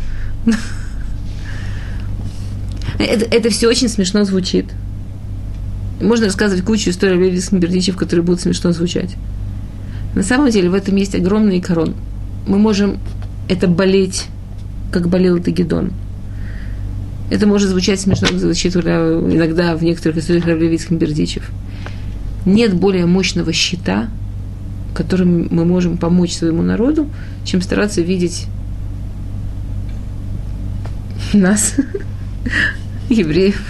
Это, это все очень смешно звучит. Можно рассказывать кучу историй Рав Леви Ицхак Бердичев, которые будут смешно звучать. На самом деле в этом есть огромный корон. Мы можем это болеть, как болел это Гедон. Это может звучать смешно, звучит иногда в некоторых историях Рав Леви Ицхак Бердичев. Нет более мощного щита, которым мы можем помочь своему народу, чем стараться видеть нас, евреев,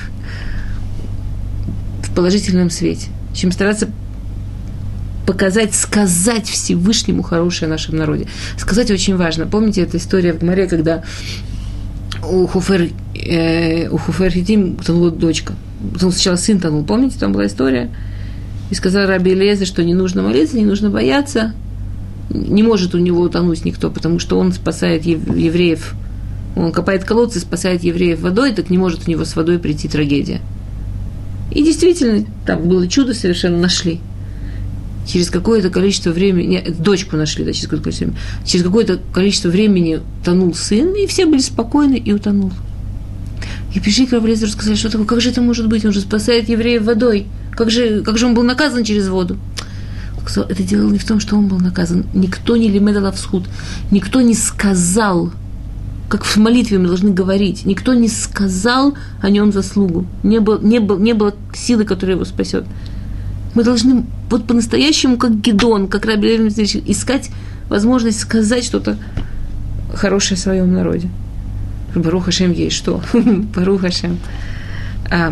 в положительном свете, чем стараться показать, сказать Всевышнему хорошее о нашем народе. Сказать очень важно. Помните эту историю в Гмаре, когда у Хуфер, э, у Хуфер Хитим тонула дочка. Потом сначала сын тонул. Помните, там была история? И сказал Раби Элиэзер, что не нужно молиться, не нужно бояться. Не может у него утонуть никто, потому что он спасает евреев. Он копает колодцы, спасает евреев водой, так не может у него с водой прийти трагедия. И действительно, там было чудо, совершенно нашли. Через какое-то количество времени, нет, дочку нашли, да, через какое-то количество времени, через какое-то количество времени тонул сын, и все были спокойны, и утонул. И пришли к Рав Элиэзеру, сказали: что такое, как же это может быть, он же спасает евреев водой, как же, как же он был наказан через воду? Он сказал: это дело не в том, что он был наказан, никто не лимед алав зхут, никто не сказал, как в молитве мы должны говорить, никто не сказал о нем заслугу, не было, не было, не было силы, которая его спасет. Мы должны вот по-настоящему, как Гедеон, как Раби Леви Мизрич, искать возможность сказать что-то хорошее в своем народе. Барух Ашем есть что? Барух Ашем. А,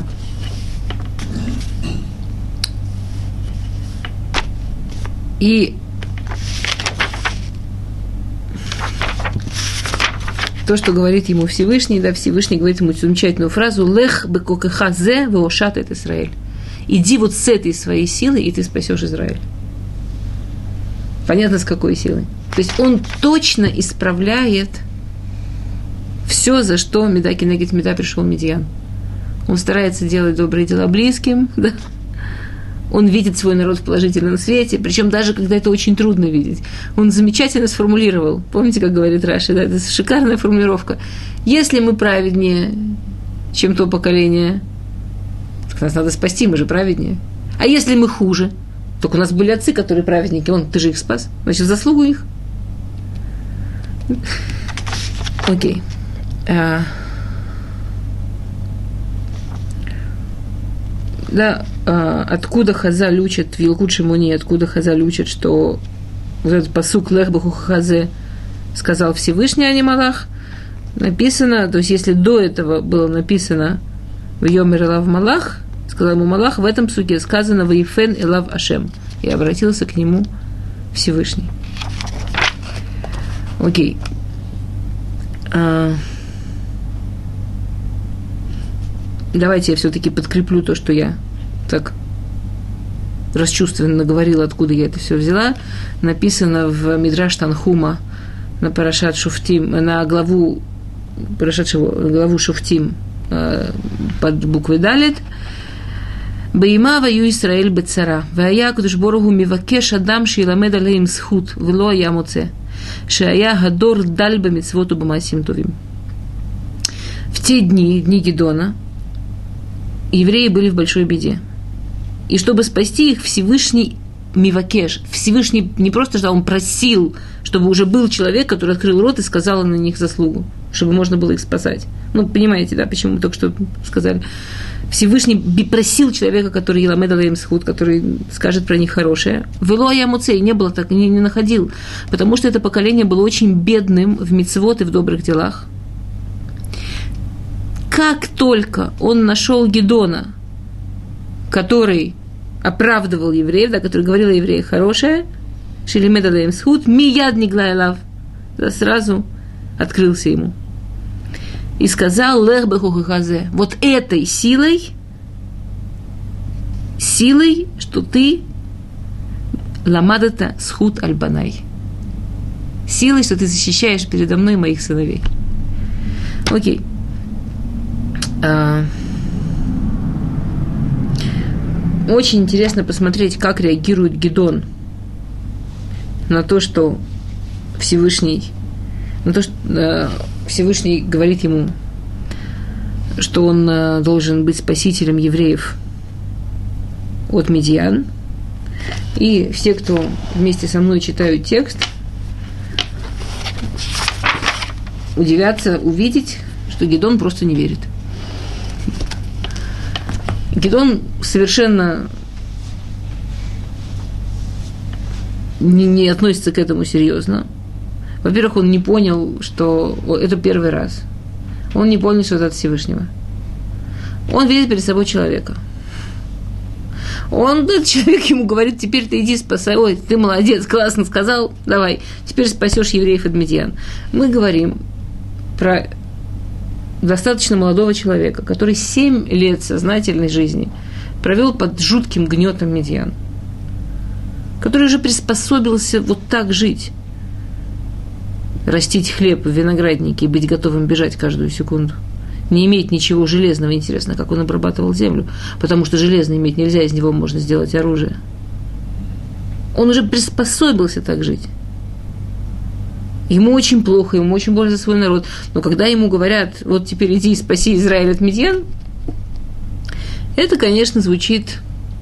и то, что говорит ему Всевышний, да, Всевышний говорит ему замечательную фразу «Лех бекокеха зе веошат эт Исраэль». Иди вот с этой своей силой, и ты спасешь Израиль. Понятно, с какой силой? То есть он точно исправляет все, за что Меда кенегед Меда пришел Медьян. Он старается делать добрые дела близким, да? Он видит свой народ в положительном свете, причем даже когда это очень трудно видеть. Он замечательно сформулировал, помните, как говорит Раши, да, это шикарная формулировка. Если мы праведнее, чем то поколение, так нас надо спасти, мы же праведнее. А если мы хуже, только у нас были отцы, которые праведники, он, ты же их спас, значит, заслугу их. Окей. А... Да, а, откуда Хазаль учит, в Илкут Шимони, откуда Хазаль учит, что вот этот пасук «Лех беху хазе» сказал Всевышний, а не Малах, написано, то есть если до этого было написано «Вьомер элав Малах», сказал ему Малах, в этом псуке сказано «Ваифен элав Ашем», и обратился к нему Всевышний. Окей. А... Давайте я все-таки подкреплю то, что я так расчувственно говорила, откуда я это все взяла. Написано в Мидраш Танхума на Парашат Шуфтим, на главу, Парашат Шиву, главу Шуфтим э, под буквой Далет. Бейма ваю Исраэль бецара, вая кудуш борогу мивакеш адам шиламед алеим схут, вело я моце, шая гадор даль бамитцвот убамасим тувим. В те дни, дни Гедеона, евреи были в большой беде. И чтобы спасти их, Всевышний Мивакеш, Всевышний не просто ждал, он просил, чтобы уже был человек, который открыл рот и сказал на них заслугу, чтобы можно было их спасать. Ну, понимаете, да, почему мы только что сказали. Всевышний просил человека, который Еламед алеим схут, который скажет про них хорошее. Вело я муцей, не было так, не, не находил, потому что это поколение было очень бедным в мицвот и в добрых делах. Как только он нашел Гедеона, который оправдывал евреев, да, который говорил о евреях хорошее, шелимед алеим схут, мияд нигла элав, да, сразу открылся ему. И сказал, лех беху хазе, вот этой силой, силой, что ты ламадата схут аль-банай, силой, что ты защищаешь передо мной моих сыновей. Окей. Очень интересно посмотреть, как реагирует Гедеон на то, что Всевышний, на то, что э, Всевышний говорит ему, что он э, должен быть спасителем евреев от Медьян. И все, кто вместе со мной читают текст, удивятся увидеть, что Гедеон просто не верит. Гедеон совершенно не, не относится к этому серьезно. Во-первых, он не понял, что это первый раз. Он не понял, что это от Всевышнего. Он видит перед собой человека. Он, этот человек ему говорит, теперь ты иди спасай. Ой, ты молодец, классно сказал, давай, теперь спасешь евреев от Медьян. Мы говорим про достаточно молодого человека, который семь лет сознательной жизни провел под жутким гнетом Медьян, который уже приспособился вот так жить, растить хлеб в винограднике и быть готовым бежать каждую секунду, не иметь ничего железного. Интересно, как он обрабатывал землю, потому что железно иметь нельзя, из него можно сделать оружие. Он уже приспособился так жить. Ему очень плохо, ему очень больно за свой народ. Но когда ему говорят, вот теперь иди и спаси Израиль от Медьян, это, конечно, звучит,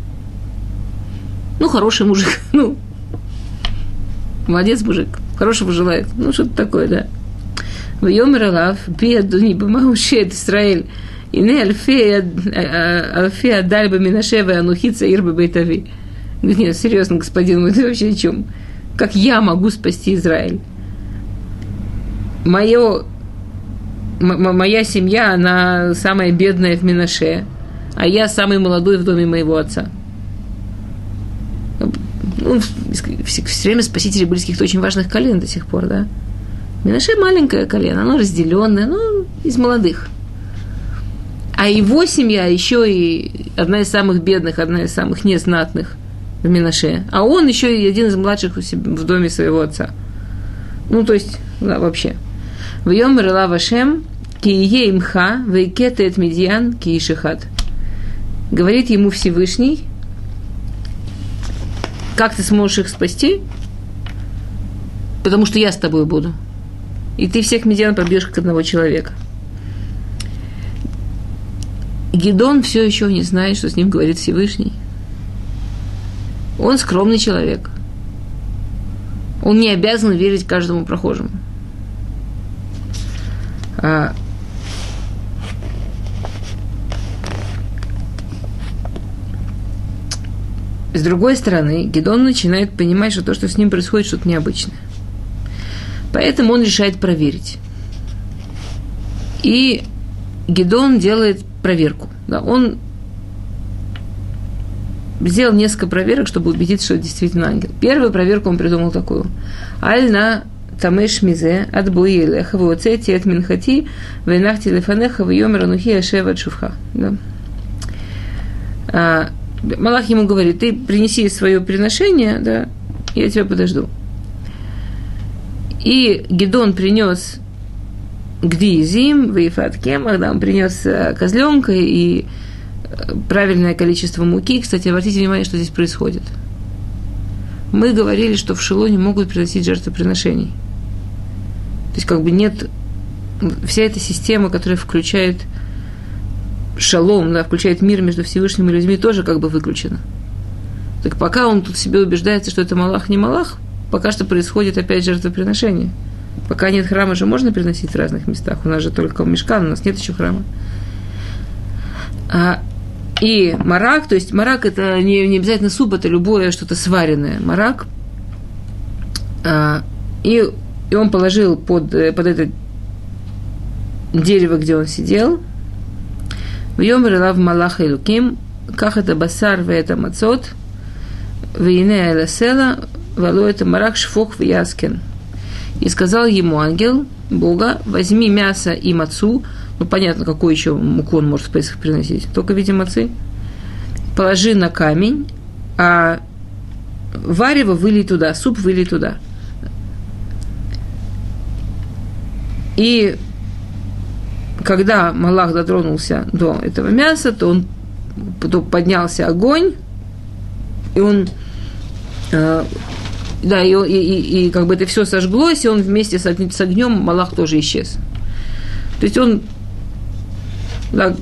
ну, хороший мужик, ну, молодец мужик, хорошего желает, ну, что-то такое, да. Вьомер алав, би адони, бамаушет Израиль, ине альфе адаль баминаше веанухи цаир бебейтави. Нет, серьезно, господин мой, ты вообще о чем? Как я могу спасти Израиль? Моё, м- моя семья, она самая бедная в Менаше, а я самый молодой в доме моего отца. Ну, все, все время спасители были из каких-то очень важных колен до сих пор, да? Менаше маленькое колено, оно разделенное, ну, из молодых. А его семья еще и одна из самых бедных, одна из самых незнатных в Менаше. А он еще и один из младших у себя, в доме своего отца. Ну, то есть, да, вообще. «Вьомер элав Ашем, ки ие имха, вейкете эт медьян, ки ишехат». Говорит ему Всевышний, как ты сможешь их спасти? Потому что я с тобой буду. И ты всех медьян побьешь как одного человека. Гидон все еще не знает, что с ним говорит Всевышний. Он скромный человек. Он не обязан верить каждому прохожему. А с другой стороны, Гидон начинает понимать, что то, что с ним происходит, что-то необычное. Поэтому он решает проверить. И Гидон делает проверку. Да, он сделал несколько проверок, чтобы убедиться, что это действительно ангел. Первую проверку он придумал такую. Аль-на тамеш мизе отбуи элеха вооцети от минхати вейнахти лефанеха вейомер анухи ашева от шувха. Малах ему говорит, ты принеси свое приношение, да, я тебя подожду. И Гидон принес гдиизим, вейфат кемах, да, он принес козленка и правильное количество муки. Кстати, обратите внимание, что здесь происходит. Мы говорили, что в Шилоне могут приносить жертвоприношений. То есть, как бы нет... Вся эта система, которая включает шалом, да, включает мир между Всевышним и людьми, тоже как бы выключена. Так пока он тут себе убеждается, что это малах, не малах, пока что происходит опять жертвоприношение. Пока нет храма, же можно приносить в разных местах. У нас же только мишкан, у нас нет еще храма. А, и марак, то есть марак это не, не обязательно суп, это любое что-то сваренное. Марак. А, и, и он положил под, под это дерево, где он сидел. «Вьомер элав малах элуким, ках это басар ве это мацот, вейне эла села, вало это марак шфох вяскен». И сказал ему ангел Бога, возьми мясо и мацу, ну понятно, какую еще муку он может в Песах приносить, только в виде мацы, положи на камень, а варево вылей туда, суп вылей туда. И когда Малах дотронулся до этого мяса, то он то поднялся огонь, и он э, да, и, и, и, и как бы это все сожглось, и он вместе с, с огнем, Малах тоже исчез. То есть он да,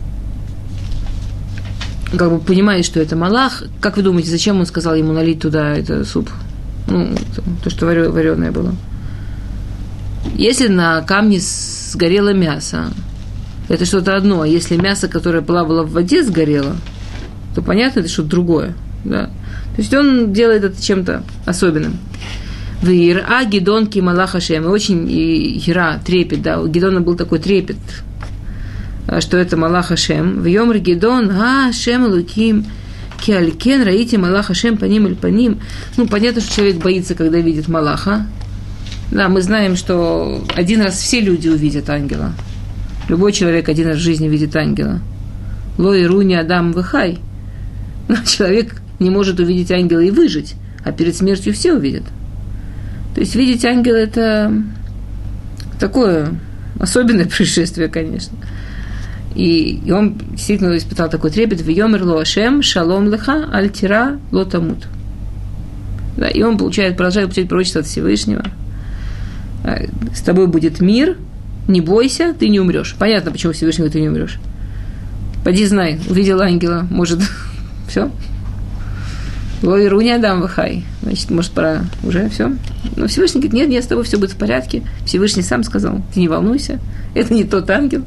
как бы понимает, что это Малах. Как вы думаете, зачем он сказал ему налить туда этот суп? Ну, то, что вареное было. Если на камне сгорело мясо, это что-то одно. А если мясо, которое плавало в воде, сгорело, то понятно, это что-то другое. Да? То есть он делает это чем-то особенным. Вир, а Гидон ки малах Ашем. И очень и Хира, трепет, да. У Гидона был такой трепет, что это малах Ашем. В Йомр Гидон, а Ашем луким ки алькен раите малах Ашем паним аль паним. Ну, понятно, что человек боится, когда видит малаха. Да, мы знаем, что один раз все люди увидят ангела. Любой человек один раз в жизни видит ангела. Ло и руни адам выхай. Но человек не может увидеть ангела и выжить, а перед смертью все увидят. То есть видеть ангела – это такое особенное происшествие, конечно. И, и он действительно испытал такой трепет. «Вьомер ло Ашем, шалом леха, аль тира ло тамут». Да, и он получает, продолжает получать пророчество от Всевышнего. С тобой будет мир, не бойся, ты не умрешь. Понятно, почему Всевышний говорит, ты не умрешь. Поди знай, увидел ангела, может, все. Лой руни адам вахай. Значит, может, пора уже все. Но Всевышний говорит, нет, нет, с тобой все будет в порядке. Всевышний сам сказал, ты не волнуйся, это не тот ангел.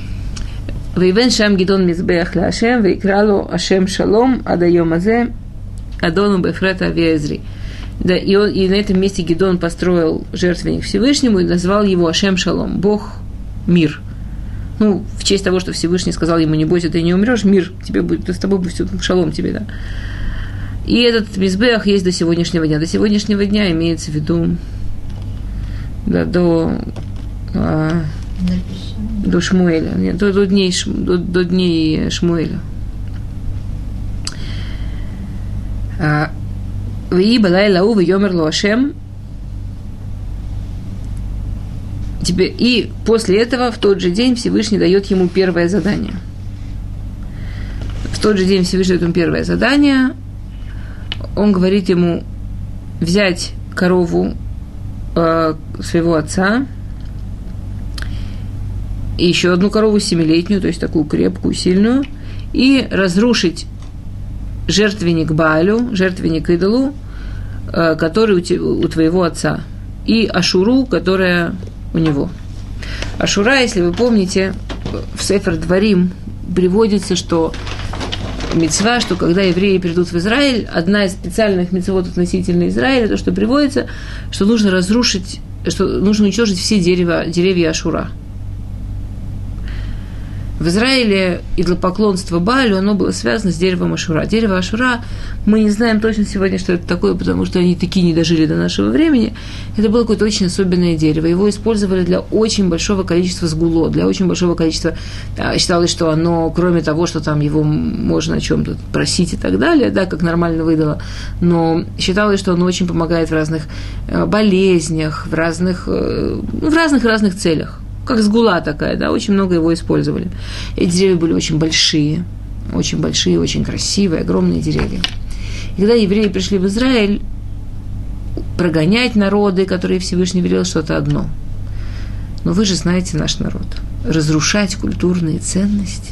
Вейвен шам Гидон мизбеах ла Ашем, вейкралу Ашем шалом, ада йом азе, Адону Бефрета Авиэзри. Да, и, он, и на этом месте Гидеон построил жертвенник Всевышнему и назвал его Ашем Шалом, Бог мир. Ну, в честь того, что Всевышний сказал ему: не бойся, ты не умрешь, мир тебе будет, с тобой будет шалом тебе, да. И этот мизбех есть до сегодняшнего дня. До сегодняшнего дня имеется в виду да, до, а, до Шмуэля, нет, до, до, дней, до, до дней Шмуэля. И балай лау вьомер ло Ашем. И после этого в тот же день Всевышний дает ему первое задание. В тот же день Всевышний дает ему первое задание. Он говорит ему взять корову э, своего отца и еще одну корову семилетнюю, то есть такую крепкую, сильную, и разрушить жертвенник Баалю, жертвенник идолу, э, который у, те, у твоего отца, и Ашуру, которая у него. Ашура, если вы помните, в Сефер Дворим приводится, что мицва, что когда евреи придут в Израиль, одна из специальных мицвот относительно Израиля, то, что приводится, что нужно разрушить, что нужно уничтожить все дерева, деревья Ашура. В Израиле идолопоклонство Баалю, оно было связано с деревом Ашура. Дерево Ашура, мы не знаем точно сегодня, что это такое, потому что они такие не дожили до нашего времени. Это было какое-то очень особенное дерево. Его использовали для очень большого количества сгуло, для очень большого количества... Считалось, что оно, кроме того, что там его можно о чем-то просить и так далее, да, как нормально выдало, но считалось, что оно очень помогает в разных болезнях, в разных, в разных-разных целях. Как сгула такая, да, очень много его использовали. Эти деревья были очень большие, очень большие, очень красивые, огромные деревья. И когда евреи пришли в Израиль, прогонять народы, которые Всевышний велел, что-то одно. Но вы же знаете наш народ. Разрушать культурные ценности.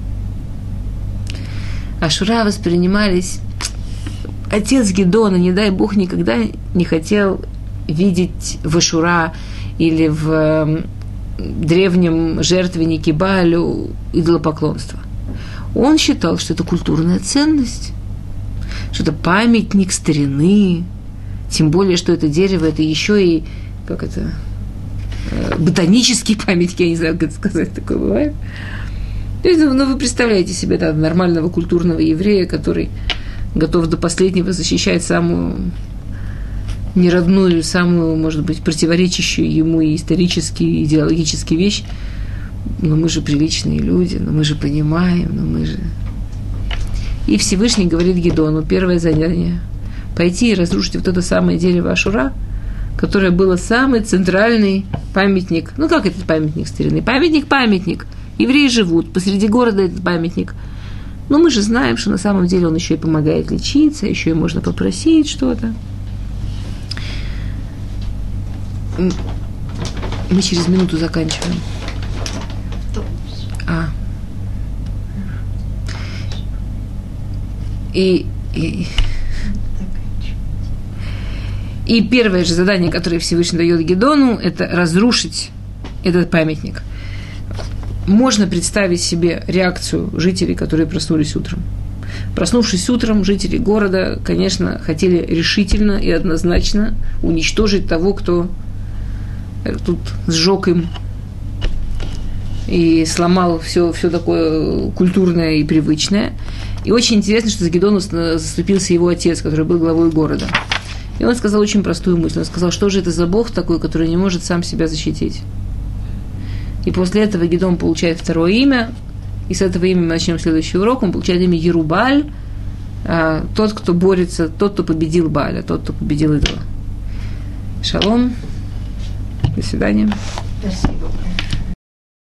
Ашура воспринимались... Отец Гидеона, не дай Бог, никогда не хотел видеть в Ашура или в древнем жертвеннике Баалю идолопоклонство. Он считал, что это культурная ценность, что это памятник старины, тем более, что это дерево, это еще и, как это, ботанический памятник, я не знаю, как это сказать, такое бывает. Ну, вы представляете себе, да, нормального культурного еврея, который готов до последнего защищать самую неродную, самую, может быть, противоречащую ему и исторически, и идеологически вещь. Но мы же приличные люди, но мы же понимаем, но мы же... И Всевышний говорит Гидеону, первое задание – пойти и разрушить вот это самое дерево Ашура, которое было самый центральный памятник. Ну, как этот памятник старины? Памятник-памятник. Евреи живут, посреди города этот памятник. Но мы же знаем, что на самом деле он еще и помогает лечиться, еще и можно попросить что-то. Мы через минуту заканчиваем. А. И, и, и первое же задание, которое Всевышний дает Гидеону, это разрушить этот памятник. Можно представить себе реакцию жителей, которые проснулись утром. Проснувшись утром, жители города, конечно, хотели решительно и однозначно уничтожить того, кто тут сжег им и сломал все, все такое культурное и привычное. И очень интересно, что за Гидеона заступился его отец, который был главой города. И он сказал очень простую мысль. Он сказал, что же это за Бог такой, который не может сам себя защитить. И после этого Гидеон получает второе имя. И с этого имени мы начнем следующий урок. Он получает имя Ерубаль, тот, кто борется, тот, кто победил Бааля, тот, кто победил идола. Шалом. До свидания. Спасибо.